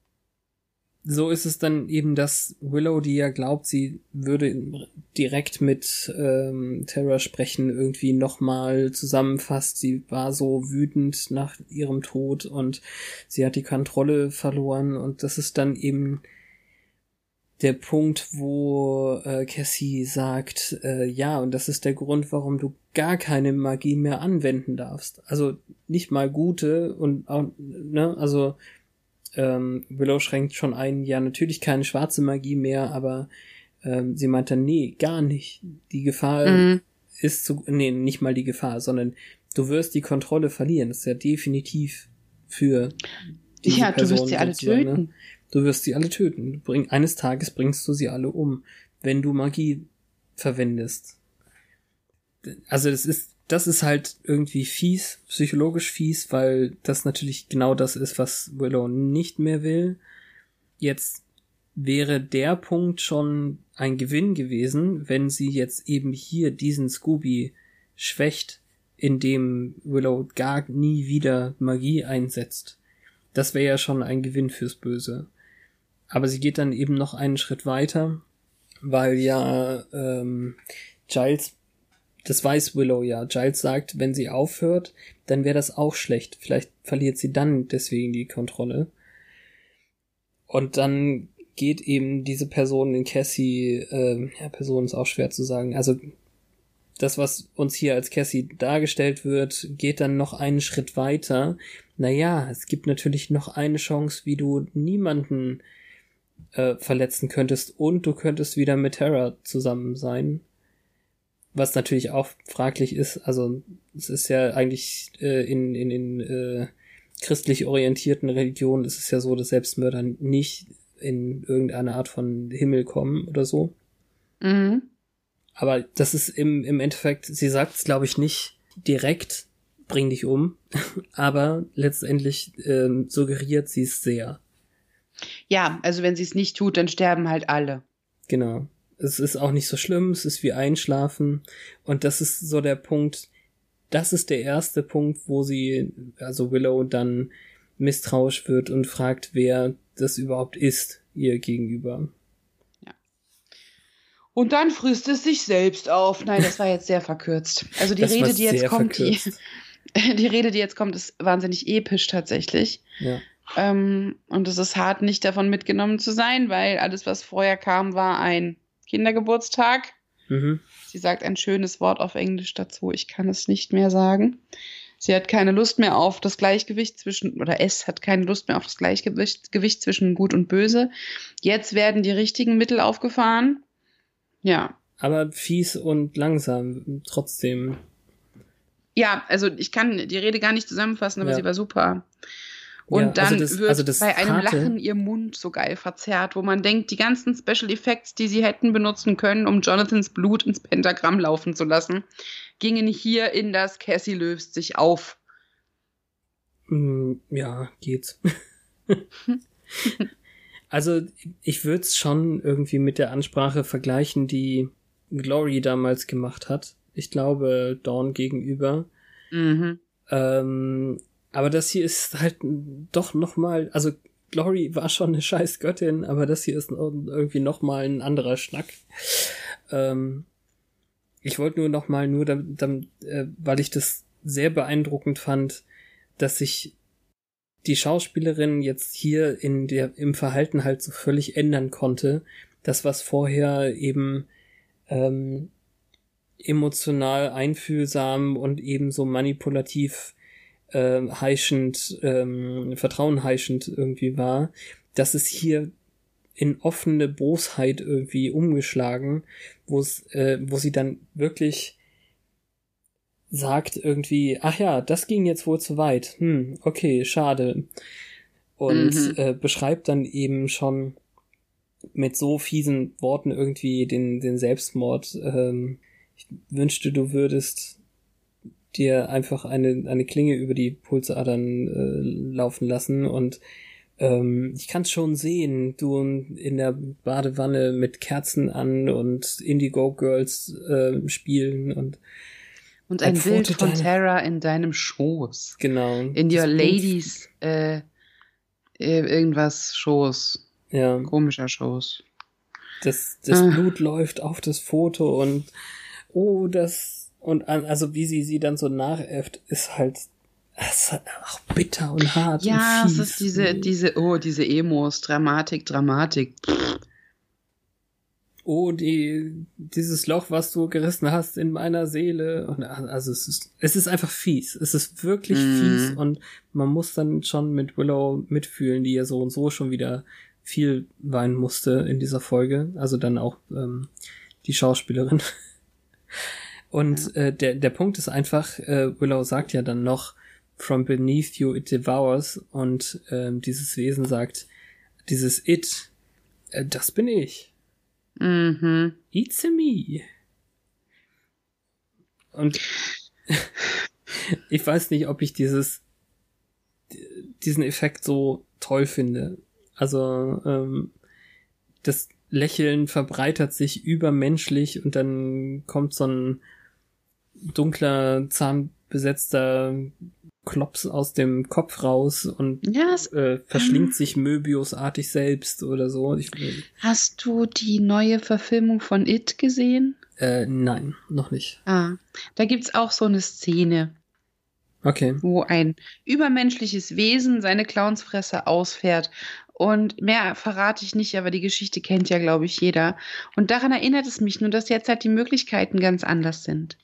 so ist es dann eben, dass Willow, die ja glaubt, sie würde direkt mit ähm, Terra sprechen, irgendwie nochmal zusammenfasst. Sie war so wütend nach ihrem Tod und sie hat die Kontrolle verloren. Und das ist dann eben der Punkt, wo äh, Cassie sagt, äh, ja, und das ist der Grund, warum du gar keine Magie mehr anwenden darfst. Also nicht mal gute und auch, ne, also Ähm, Willow schränkt schon ein, ja, natürlich keine schwarze Magie mehr, aber ähm, sie meint dann, nee, gar nicht. Die Gefahr mhm. ist zu, nee, nicht mal die Gefahr, sondern du wirst die Kontrolle verlieren. Das ist ja definitiv für diese Ja, Person du wirst sie alle sozusagen, töten. ne? Du wirst sie alle töten. Du bring, eines Tages bringst du sie alle um, wenn du Magie verwendest. Also das ist Das ist halt irgendwie fies, psychologisch fies, weil das natürlich genau das ist, was Willow nicht mehr will. Jetzt wäre der Punkt schon ein Gewinn gewesen, wenn sie jetzt eben hier diesen Scooby schwächt, indem Willow gar nie wieder Magie einsetzt. Das wäre ja schon ein Gewinn fürs Böse. Aber sie geht dann eben noch einen Schritt weiter, weil ja ähm, Giles, das weiß Willow ja, Giles sagt, wenn sie aufhört, dann wäre das auch schlecht. Vielleicht verliert sie dann deswegen die Kontrolle. Und dann geht eben diese Person in Cassie, äh, ja, Person ist auch schwer zu sagen, also das, was uns hier als Cassie dargestellt wird, geht dann noch einen Schritt weiter. Naja, es gibt natürlich noch eine Chance, wie du niemanden äh, verletzen könntest und du könntest wieder mit Terra zusammen sein. Was natürlich auch fraglich ist, also es ist ja eigentlich äh, in in, in äh, christlich orientierten Religionen ist es ja so, dass Selbstmörder nicht in irgendeine Art von Himmel kommen oder so. Mhm. Aber das ist im im Endeffekt, sie sagt es glaube ich nicht direkt, bring dich um, aber letztendlich ähm, suggeriert sie es sehr. Ja, also wenn sie es nicht tut, dann sterben halt alle. Genau. Es ist auch nicht so schlimm, es ist wie Einschlafen. Und das ist so der Punkt, das ist der erste Punkt, wo sie, also Willow, dann misstrauisch wird und fragt, wer das überhaupt ist, ihr gegenüber. Ja. Und dann frisst es sich selbst auf. Nein, das war jetzt sehr verkürzt. Also die Das Rede, war die jetzt sehr kommt, die, verkürzt. die Rede, die jetzt kommt, ist wahnsinnig episch tatsächlich. Ja. Ähm, und es ist hart, nicht davon mitgenommen zu sein, weil alles, was vorher kam, war ein Kindergeburtstag. Mhm. Sie sagt ein schönes Wort auf Englisch dazu. Ich kann es nicht mehr sagen. Sie hat keine Lust mehr auf das Gleichgewicht zwischen, oder es hat keine Lust mehr auf das Gleichgewicht Gewicht zwischen Gut und Böse. Jetzt werden die richtigen Mittel aufgefahren. Ja. Aber fies und langsam, trotzdem. Ja, also ich kann die Rede gar nicht zusammenfassen, aber Ja. sie war super. Und Ja, dann also das- wird also das bei einem Harte- Lachen ihr Mund so geil verzerrt, wo man denkt, die ganzen Special Effects, die sie hätten benutzen können, um Jonathans Blut ins Pentagramm laufen zu lassen, gingen hier in das Cassie löst sich auf. Mm, Ja, geht's. Also ich würde es schon irgendwie mit der Ansprache vergleichen, die Glory damals gemacht hat. Ich glaube, Dawn gegenüber. Mhm. Ähm, aber das hier ist halt doch nochmal, also Glory war schon eine scheiß Göttin, aber das hier ist irgendwie nochmal ein anderer Schnack. Ähm, ich wollte nur nochmal, nur damit, damit, äh, weil ich das sehr beeindruckend fand, dass sich die Schauspielerin jetzt hier in der, im Verhalten halt so völlig ändern konnte. Das, was vorher eben ähm, emotional einfühlsam und eben so manipulativ äh, heischend, ähm, Vertrauen heischend irgendwie war, das ist hier in offene Bosheit irgendwie umgeschlagen, wo es, äh, wo sie dann wirklich sagt irgendwie, ach ja, das ging jetzt wohl zu weit. Hm, okay, schade. Und Mhm. äh, beschreibt dann eben schon mit so fiesen Worten irgendwie den, den Selbstmord. Ähm, ich wünschte, du würdest dir einfach eine, eine Klinge über die Pulsadern äh, laufen lassen und ähm, ich kann's schon sehen, du in der Badewanne mit Kerzen an und Indigo Girls äh, spielen und Und ein ein Bild Foto von deiner- Terra in deinem Schoß. genau. In das your Blut- ladies äh, äh, irgendwas Schoß. Ja, Komischer Schoß. das, das Ah. Blut läuft auf das Foto und oh, das und an, also wie sie sie dann so nachäfft, ist halt es ist halt auch bitter und hart Ja, und es fies. ist diese, diese, oh, diese Emos, Dramatik, Dramatik. Pff. Oh, die, dieses Loch, was du gerissen hast in meiner Seele. Und also es ist, es ist einfach fies. Es ist wirklich Mhm. fies und man muss dann schon mit Willow mitfühlen, die ja so und so schon wieder viel weinen musste in dieser Folge. Also dann auch ähm, die Schauspielerin. Und äh, der, der Punkt ist einfach, äh, Willow sagt ja dann noch, from beneath you it devours, und ähm, dieses Wesen sagt, dieses It, äh, das bin ich. Mhm. It's a me. Und ich weiß nicht, ob ich dieses diesen Effekt so toll finde. Also ähm, das Lächeln verbreitert sich übermenschlich und dann kommt so ein dunkler, zahnbesetzter Klops aus dem Kopf raus und Ja, es, äh, verschlingt sich Möbiusartig selbst oder so. Ich, hast du die neue Verfilmung von It gesehen? äh, nein, noch nicht. Ah, da gibt's auch so eine Szene, Okay. wo ein übermenschliches Wesen seine Clownsfresse ausfährt. Und mehr verrate ich nicht, aber die Geschichte kennt ja, glaube ich, jeder. Und daran erinnert es mich nur, dass jetzt halt die Möglichkeiten ganz anders sind.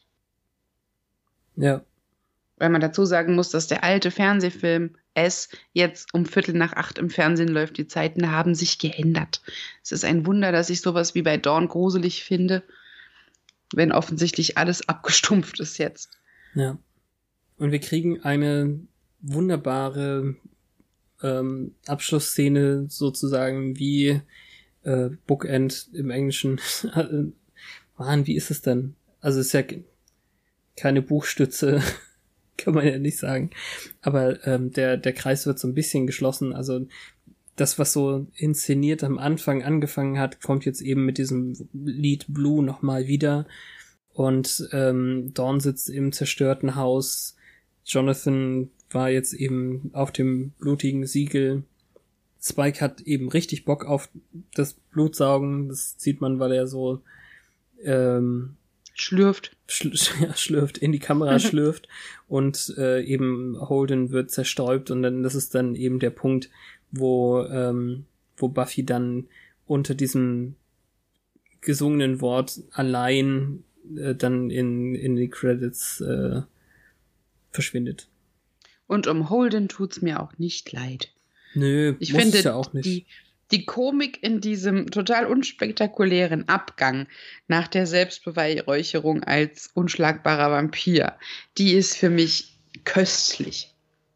Ja. Weil man dazu sagen muss, dass der alte Fernsehfilm S jetzt um Viertel nach acht im Fernsehen läuft. Die Zeiten haben sich geändert. Es ist ein Wunder, dass ich sowas wie bei Dawn gruselig finde, wenn offensichtlich alles abgestumpft ist jetzt. Ja. Und wir kriegen eine wunderbare ähm, Abschlussszene sozusagen wie äh, Bookend im Englischen. Mann, wie ist es denn? Also es ist ja keine Buchstütze, kann man ja nicht sagen. Aber ähm, der der Kreis wird so ein bisschen geschlossen. Also das, was so inszeniert am Anfang angefangen hat, kommt jetzt eben mit diesem Lied Blue nochmal wieder. Und ähm, Dawn sitzt im zerstörten Haus. Jonathan war jetzt eben auf dem blutigen Siegel. Spike hat eben richtig Bock auf das Blutsaugen. Das sieht man, weil er so ähm, Schlürft. schl ja, schlürft, in die Kamera schlürft. Und äh, eben Holden wird zerstäubt. Und dann, das ist dann eben der Punkt, wo ähm, wo Buffy dann unter diesem gesungenen Wort allein äh, dann in in die Credits äh, verschwindet. Und um Holden tut's mir auch nicht leid. Nö, Ich muss finde, es ja auch nicht. Die, die Komik in diesem total unspektakulären Abgang nach der Selbstbeweihräucherung als unschlagbarer Vampir, die ist für mich köstlich.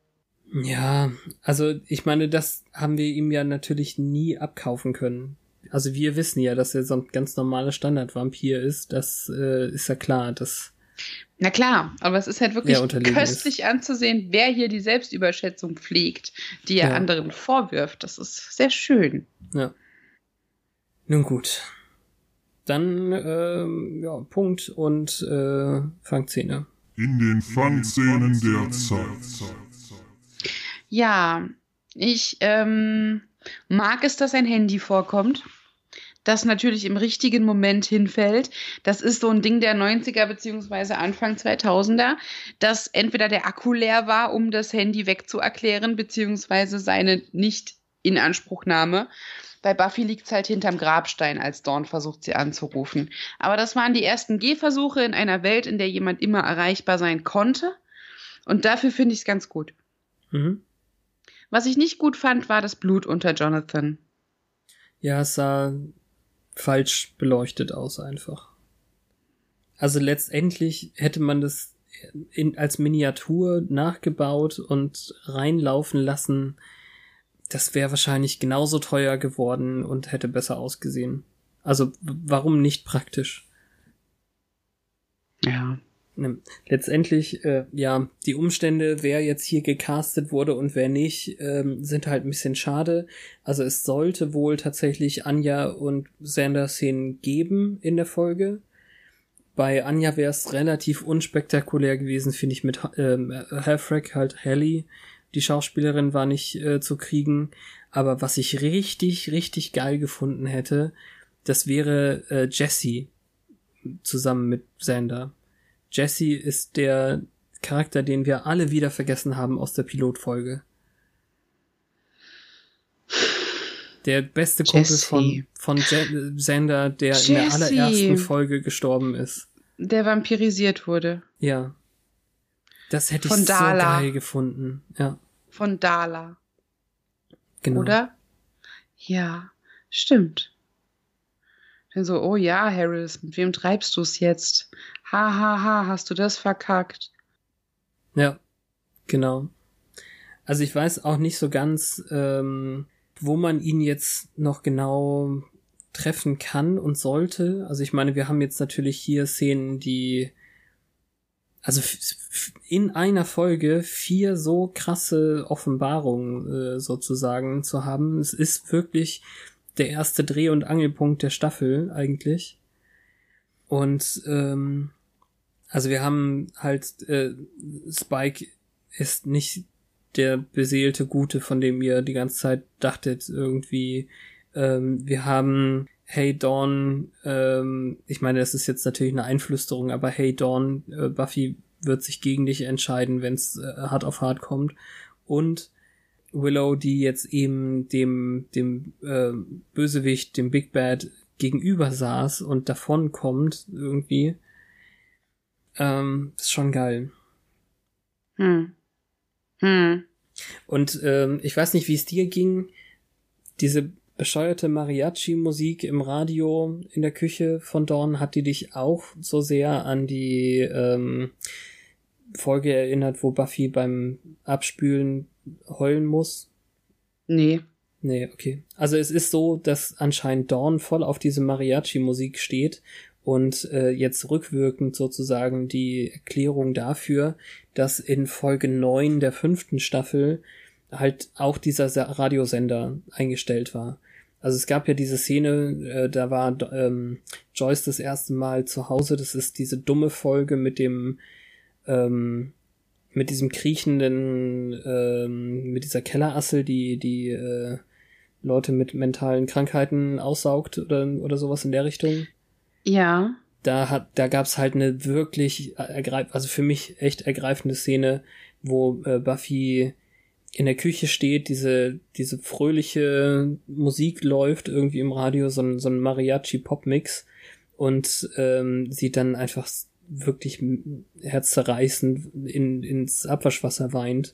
Ja, also ich meine, das haben wir ihm ja natürlich nie abkaufen können. Also wir wissen ja, dass er so ein ganz normaler Standardvampir ist. Das äh, ist ja klar, dass Na klar, aber es ist halt wirklich Ja, unterlegen köstlich anzusehen, wer hier die Selbstüberschätzung pflegt, die er Ja. anderen vorwirft. Das ist sehr schön. ja. Nun gut. dann, ähm, ja, Punkt und äh, Fangszene. In den Fangszenen der Zeit. Ja, ich ähm, mag es, dass ein Handy vorkommt, das natürlich im richtigen Moment hinfällt. Das ist so ein Ding der neunziger beziehungsweise Anfang zweitausender, dass entweder der Akku leer war, um das Handy wegzuerklären, beziehungsweise seine Nicht-Inanspruchnahme. Bei Buffy liegt es halt hinterm Grabstein, als Dawn versucht, sie anzurufen. Aber das waren die ersten Gehversuche in einer Welt, in der jemand immer erreichbar sein konnte. Und dafür finde ich es ganz gut. Mhm. Was ich nicht gut fand, war das Blut unter Jonathan. Ja, es sah falsch beleuchtet aus einfach. Also letztendlich hätte man das in, als Miniatur nachgebaut und reinlaufen lassen. Das wäre wahrscheinlich genauso teuer geworden und hätte besser ausgesehen. Also warum nicht praktisch? Ja. Letztendlich, äh, ja, die Umstände, wer jetzt hier gecastet wurde und wer nicht, ähm, sind halt ein bisschen schade. Also es sollte wohl tatsächlich Anja und Xander-Szenen geben in der Folge. Bei Anja wäre es relativ unspektakulär gewesen, finde ich, mit ähm, Halfrek, halt Hallie. Die Schauspielerin war nicht äh, zu kriegen. Aber was ich richtig, richtig geil gefunden hätte, das wäre äh, Jessie zusammen mit Xander. Jesse ist der Charakter, den wir alle wieder vergessen haben aus der Pilotfolge. Der beste Kumpel von, von Je- Xander, der Jesse. in der allerersten Folge gestorben ist. Der vampirisiert wurde. Ja. Das hätte ich von so Dala. geil gefunden. Ja. Von Dala. Genau. Oder? Ja, stimmt. Dann so, oh ja, Harris, mit wem treibst du es jetzt? Ha, ha, ha, hast du das verkackt? Ja, genau. Also ich weiß auch nicht so ganz, ähm, wo man ihn jetzt noch genau treffen kann und sollte. Also ich meine, wir haben jetzt natürlich hier Szenen, die also f- in einer Folge vier so krasse Offenbarungen äh, sozusagen zu haben. Es ist wirklich der erste Dreh- und Angelpunkt der Staffel eigentlich. Und ähm, also wir haben halt äh, Spike ist nicht der beseelte Gute, von dem ihr die ganze Zeit dachtet irgendwie. Ähm, wir haben Hey Dawn, ähm, ich meine, das ist jetzt natürlich eine Einflüsterung, aber Hey Dawn, äh, Buffy wird sich gegen dich entscheiden, wenn es äh, hart auf hart kommt. Und Willow, die jetzt eben dem dem äh, Bösewicht, dem Big Bad gegenüber saß und davon kommt irgendwie, ähm, ist schon geil. Hm. Hm. Und ähm, ich weiß nicht, wie es dir ging, diese bescheuerte Mariachi-Musik im Radio in der Küche von Dawn, hat die dich auch so sehr an die ähm, Folge erinnert, wo Buffy beim Abspülen heulen muss? Nee. Nee, okay. Also es ist so, dass anscheinend Dawn voll auf diese Mariachi-Musik steht und äh, jetzt rückwirkend sozusagen die Erklärung dafür, dass in Folge neun der fünften Staffel halt auch dieser Radiosender eingestellt war. Also es gab ja diese Szene, äh, da war ähm, Joyce das erste Mal zu Hause, das ist diese dumme Folge mit dem ähm, mit diesem kriechenden, ähm, mit dieser Kellerassel, die die äh, Leute mit mentalen Krankheiten aussaugt oder oder sowas in der Richtung. Ja. Da hat, da gab's halt eine wirklich ergreif, also für mich echt ergreifende Szene, wo äh, Buffy in der Küche steht, diese diese fröhliche Musik läuft irgendwie im Radio, so ein so ein Mariachi-Pop-Mix und ähm, sie dann einfach wirklich herzzerreißend in, ins Abwaschwasser weint.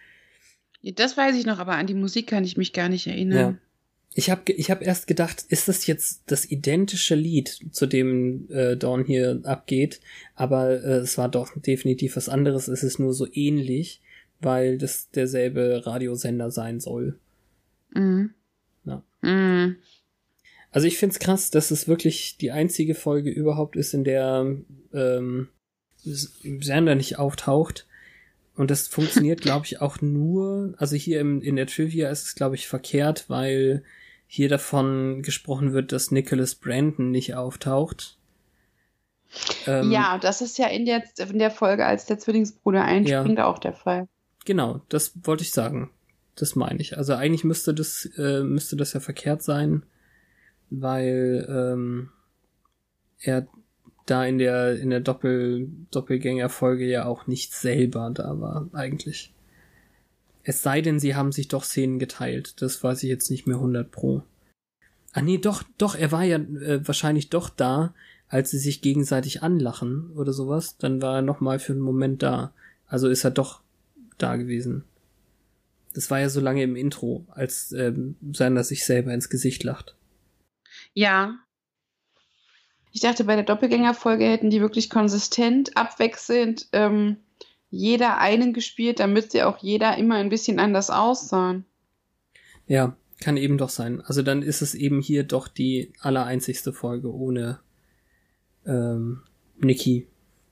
Das weiß ich noch, aber an die Musik kann ich mich gar nicht erinnern. Ja. Ich habe ich hab erst gedacht, ist das jetzt das identische Lied, zu dem äh, Dawn hier abgeht, aber äh, es war doch definitiv was anderes, es ist nur so ähnlich, weil das derselbe Radiosender sein soll. Mhm. Ja. Mhm. Also ich find's krass, dass es wirklich die einzige Folge überhaupt ist, in der ähm, Xander nicht auftaucht. Und das funktioniert, glaube ich, auch nur, also hier im, in der Trivia ist es, glaube ich, verkehrt, weil hier davon gesprochen wird, dass Nicholas Brandon nicht auftaucht. Ähm, ja, das ist ja in der, in der Folge, als der Zwillingsbruder einspringt, ja. auch der Fall. Genau, das wollte ich sagen. Das meine ich. Also eigentlich müsste das, äh, müsste das ja verkehrt sein, weil ähm, er da in der in der Doppel Doppelgängerfolge ja auch nicht selber da war, eigentlich. Es sei denn, sie haben sich doch Szenen geteilt. Das weiß ich jetzt nicht mehr hundert pro. Ah nee, doch, doch, er war ja äh, wahrscheinlich doch da, als sie sich gegenseitig anlachen oder sowas. Dann war er nochmal für einen Moment da. Also ist er doch da gewesen. Das war ja so lange im Intro, als ähm, Sander sich selber ins Gesicht lacht. Ja. Ich dachte, bei der Doppelgängerfolge hätten die wirklich konsistent, abwechselnd ähm, jeder einen gespielt, damit sie auch jeder immer ein bisschen anders aussahen. Ja, kann eben doch sein. Also dann ist es eben hier doch die allereinzigste Folge ohne ähm, Nikki.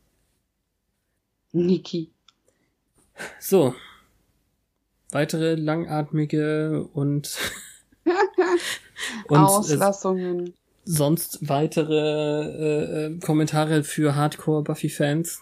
Nikki. So. Weitere langatmige und, und Auslassungen. Äh, sonst weitere äh, Kommentare für Hardcore-Buffy-Fans.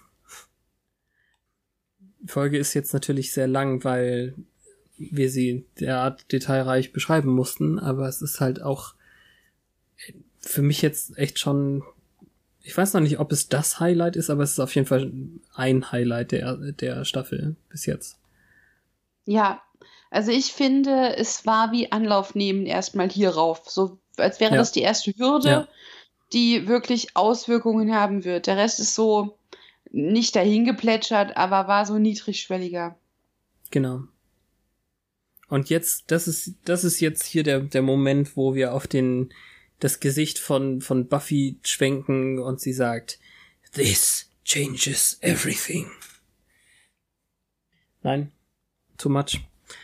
Die Folge ist jetzt natürlich sehr lang, weil wir sie derart detailreich beschreiben mussten, aber es ist halt auch für mich jetzt echt schon, ich weiß noch nicht, ob es das Highlight ist, aber es ist auf jeden Fall ein Highlight der, der Staffel bis jetzt. Ja, also ich finde, es war wie Anlauf nehmen erstmal hier rauf, so als wäre ja. das die erste Hürde, ja. die wirklich Auswirkungen haben wird. Der Rest ist so nicht dahin geplätschert, aber war so niedrigschwelliger. Genau. Und jetzt, das ist, das ist jetzt hier der, der Moment, wo wir auf den, das Gesicht von, von Buffy schwenken und sie sagt, "This changes everything." Nein, too much.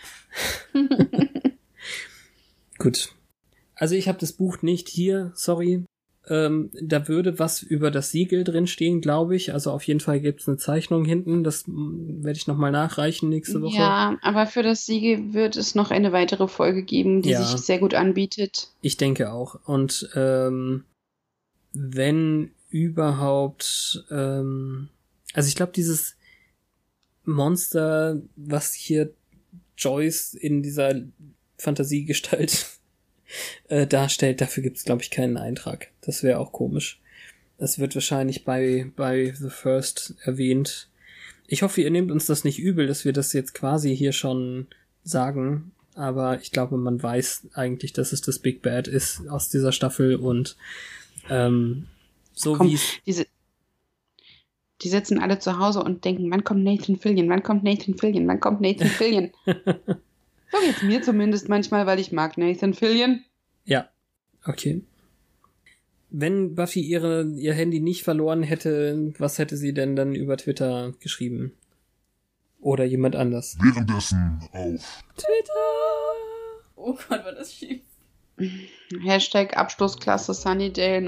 Gut. Also ich habe das Buch nicht hier, sorry. Ähm, da würde was über das Siegel drin stehen, glaube ich. Also auf jeden Fall gibt es eine Zeichnung hinten. Das werde ich nochmal nachreichen nächste Woche. Ja, aber für das Siegel wird es noch eine weitere Folge geben, die ja. sich sehr gut anbietet. Ich denke auch. Und ähm, wenn überhaupt, ähm, also ich glaube, dieses Monster, was hier Joyce in dieser Fantasiegestalt äh, darstellt, dafür gibt es, glaube ich, keinen Eintrag. Das wäre auch komisch. Das wird wahrscheinlich bei bei The First erwähnt. Ich hoffe, ihr nehmt uns das nicht übel, dass wir das jetzt quasi hier schon sagen, aber ich glaube, man weiß eigentlich, dass es das Big Bad ist aus dieser Staffel und ähm, so Komm, wie diese die sitzen alle zu Hause und denken, wann kommt Nathan Fillion, wann kommt Nathan Fillion, wann kommt Nathan Fillion. So geht's mir zumindest manchmal, weil ich mag Nathan Fillion. Ja, okay. Wenn Buffy ihre, ihr Handy nicht verloren hätte, was hätte sie denn dann über Twitter geschrieben? Oder jemand anders? Währenddessen auf Twitter! Oh Gott, war das schief. Hashtag Abschlussklasse Sunnydale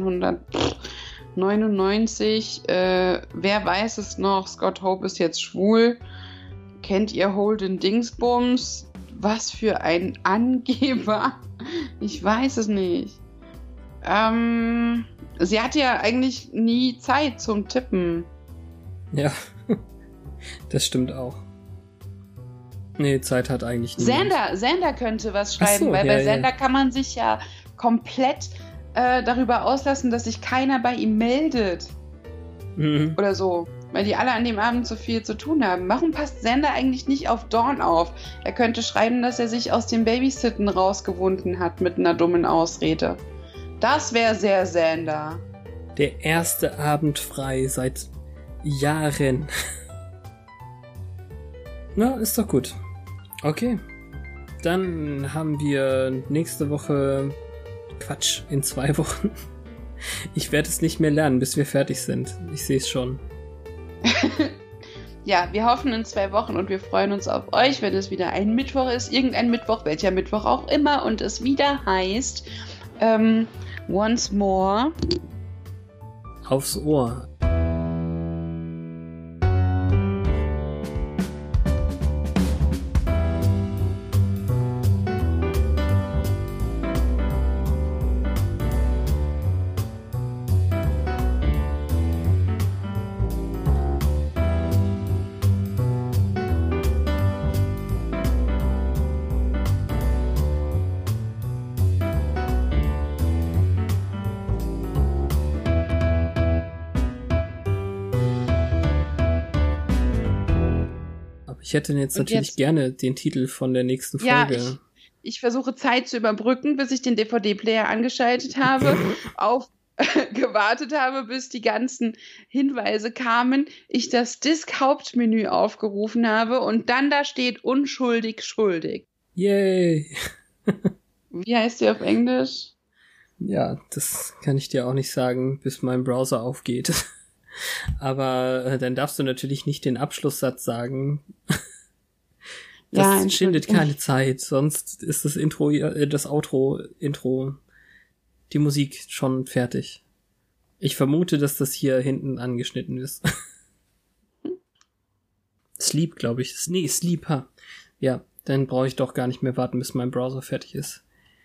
neunzehnhundertneunundneunzig. Äh, wer weiß es noch? Scott Hope ist jetzt schwul. Kennt ihr Holden Dingsbums? Was für ein Angeber. Ich weiß es nicht. Ähm, sie hatte ja eigentlich nie Zeit zum Tippen. Ja, das stimmt auch. Nee, Zeit hat eigentlich niemand. Xander, Xander könnte was schreiben, so, weil ja, bei Xander ja. kann man sich ja komplett äh, darüber auslassen, dass sich keiner bei ihm meldet. Mhm. Oder so. Weil die alle an dem Abend so viel zu tun haben. Warum passt Xander eigentlich nicht auf Dawn auf? Er könnte schreiben, dass er sich aus dem Babysitten rausgewunden hat mit einer dummen Ausrede. Das wäre sehr Xander. Der erste Abend frei seit Jahren. Na, ist doch gut. Okay. Dann haben wir nächste Woche... Quatsch, in zwei Wochen. Ich werde es nicht mehr lernen, bis wir fertig sind. Ich sehe es schon. Ja, wir hoffen in zwei Wochen und wir freuen uns auf euch, wenn es wieder ein Mittwoch ist. Irgendein Mittwoch, welcher Mittwoch auch immer. Und es wieder heißt... Ähm, once more... Aufs Ohr. Aber ich hätte jetzt Und natürlich jetzt- gerne den Titel von der nächsten Folge. Ja, ich, ich versuche Zeit zu überbrücken, bis ich den D V D-Player angeschaltet habe, auf gewartet habe, bis die ganzen Hinweise kamen, ich das Disk-Hauptmenü aufgerufen habe und dann da steht unschuldig schuldig. Yay! Wie heißt die auf Englisch? Ja, das kann ich dir auch nicht sagen, bis mein Browser aufgeht. Aber äh, dann darfst du natürlich nicht den Abschlusssatz sagen. Das Ja, schindet Entschuldigung. keine Zeit, sonst ist das Intro, äh, das Outro, Intro, die Musik schon fertig. Ich vermute, dass das hier hinten angeschnitten ist. Sleep, glaube ich. Nee, Sleep, ha. Ja, dann brauche ich doch gar nicht mehr warten, bis mein Browser fertig ist.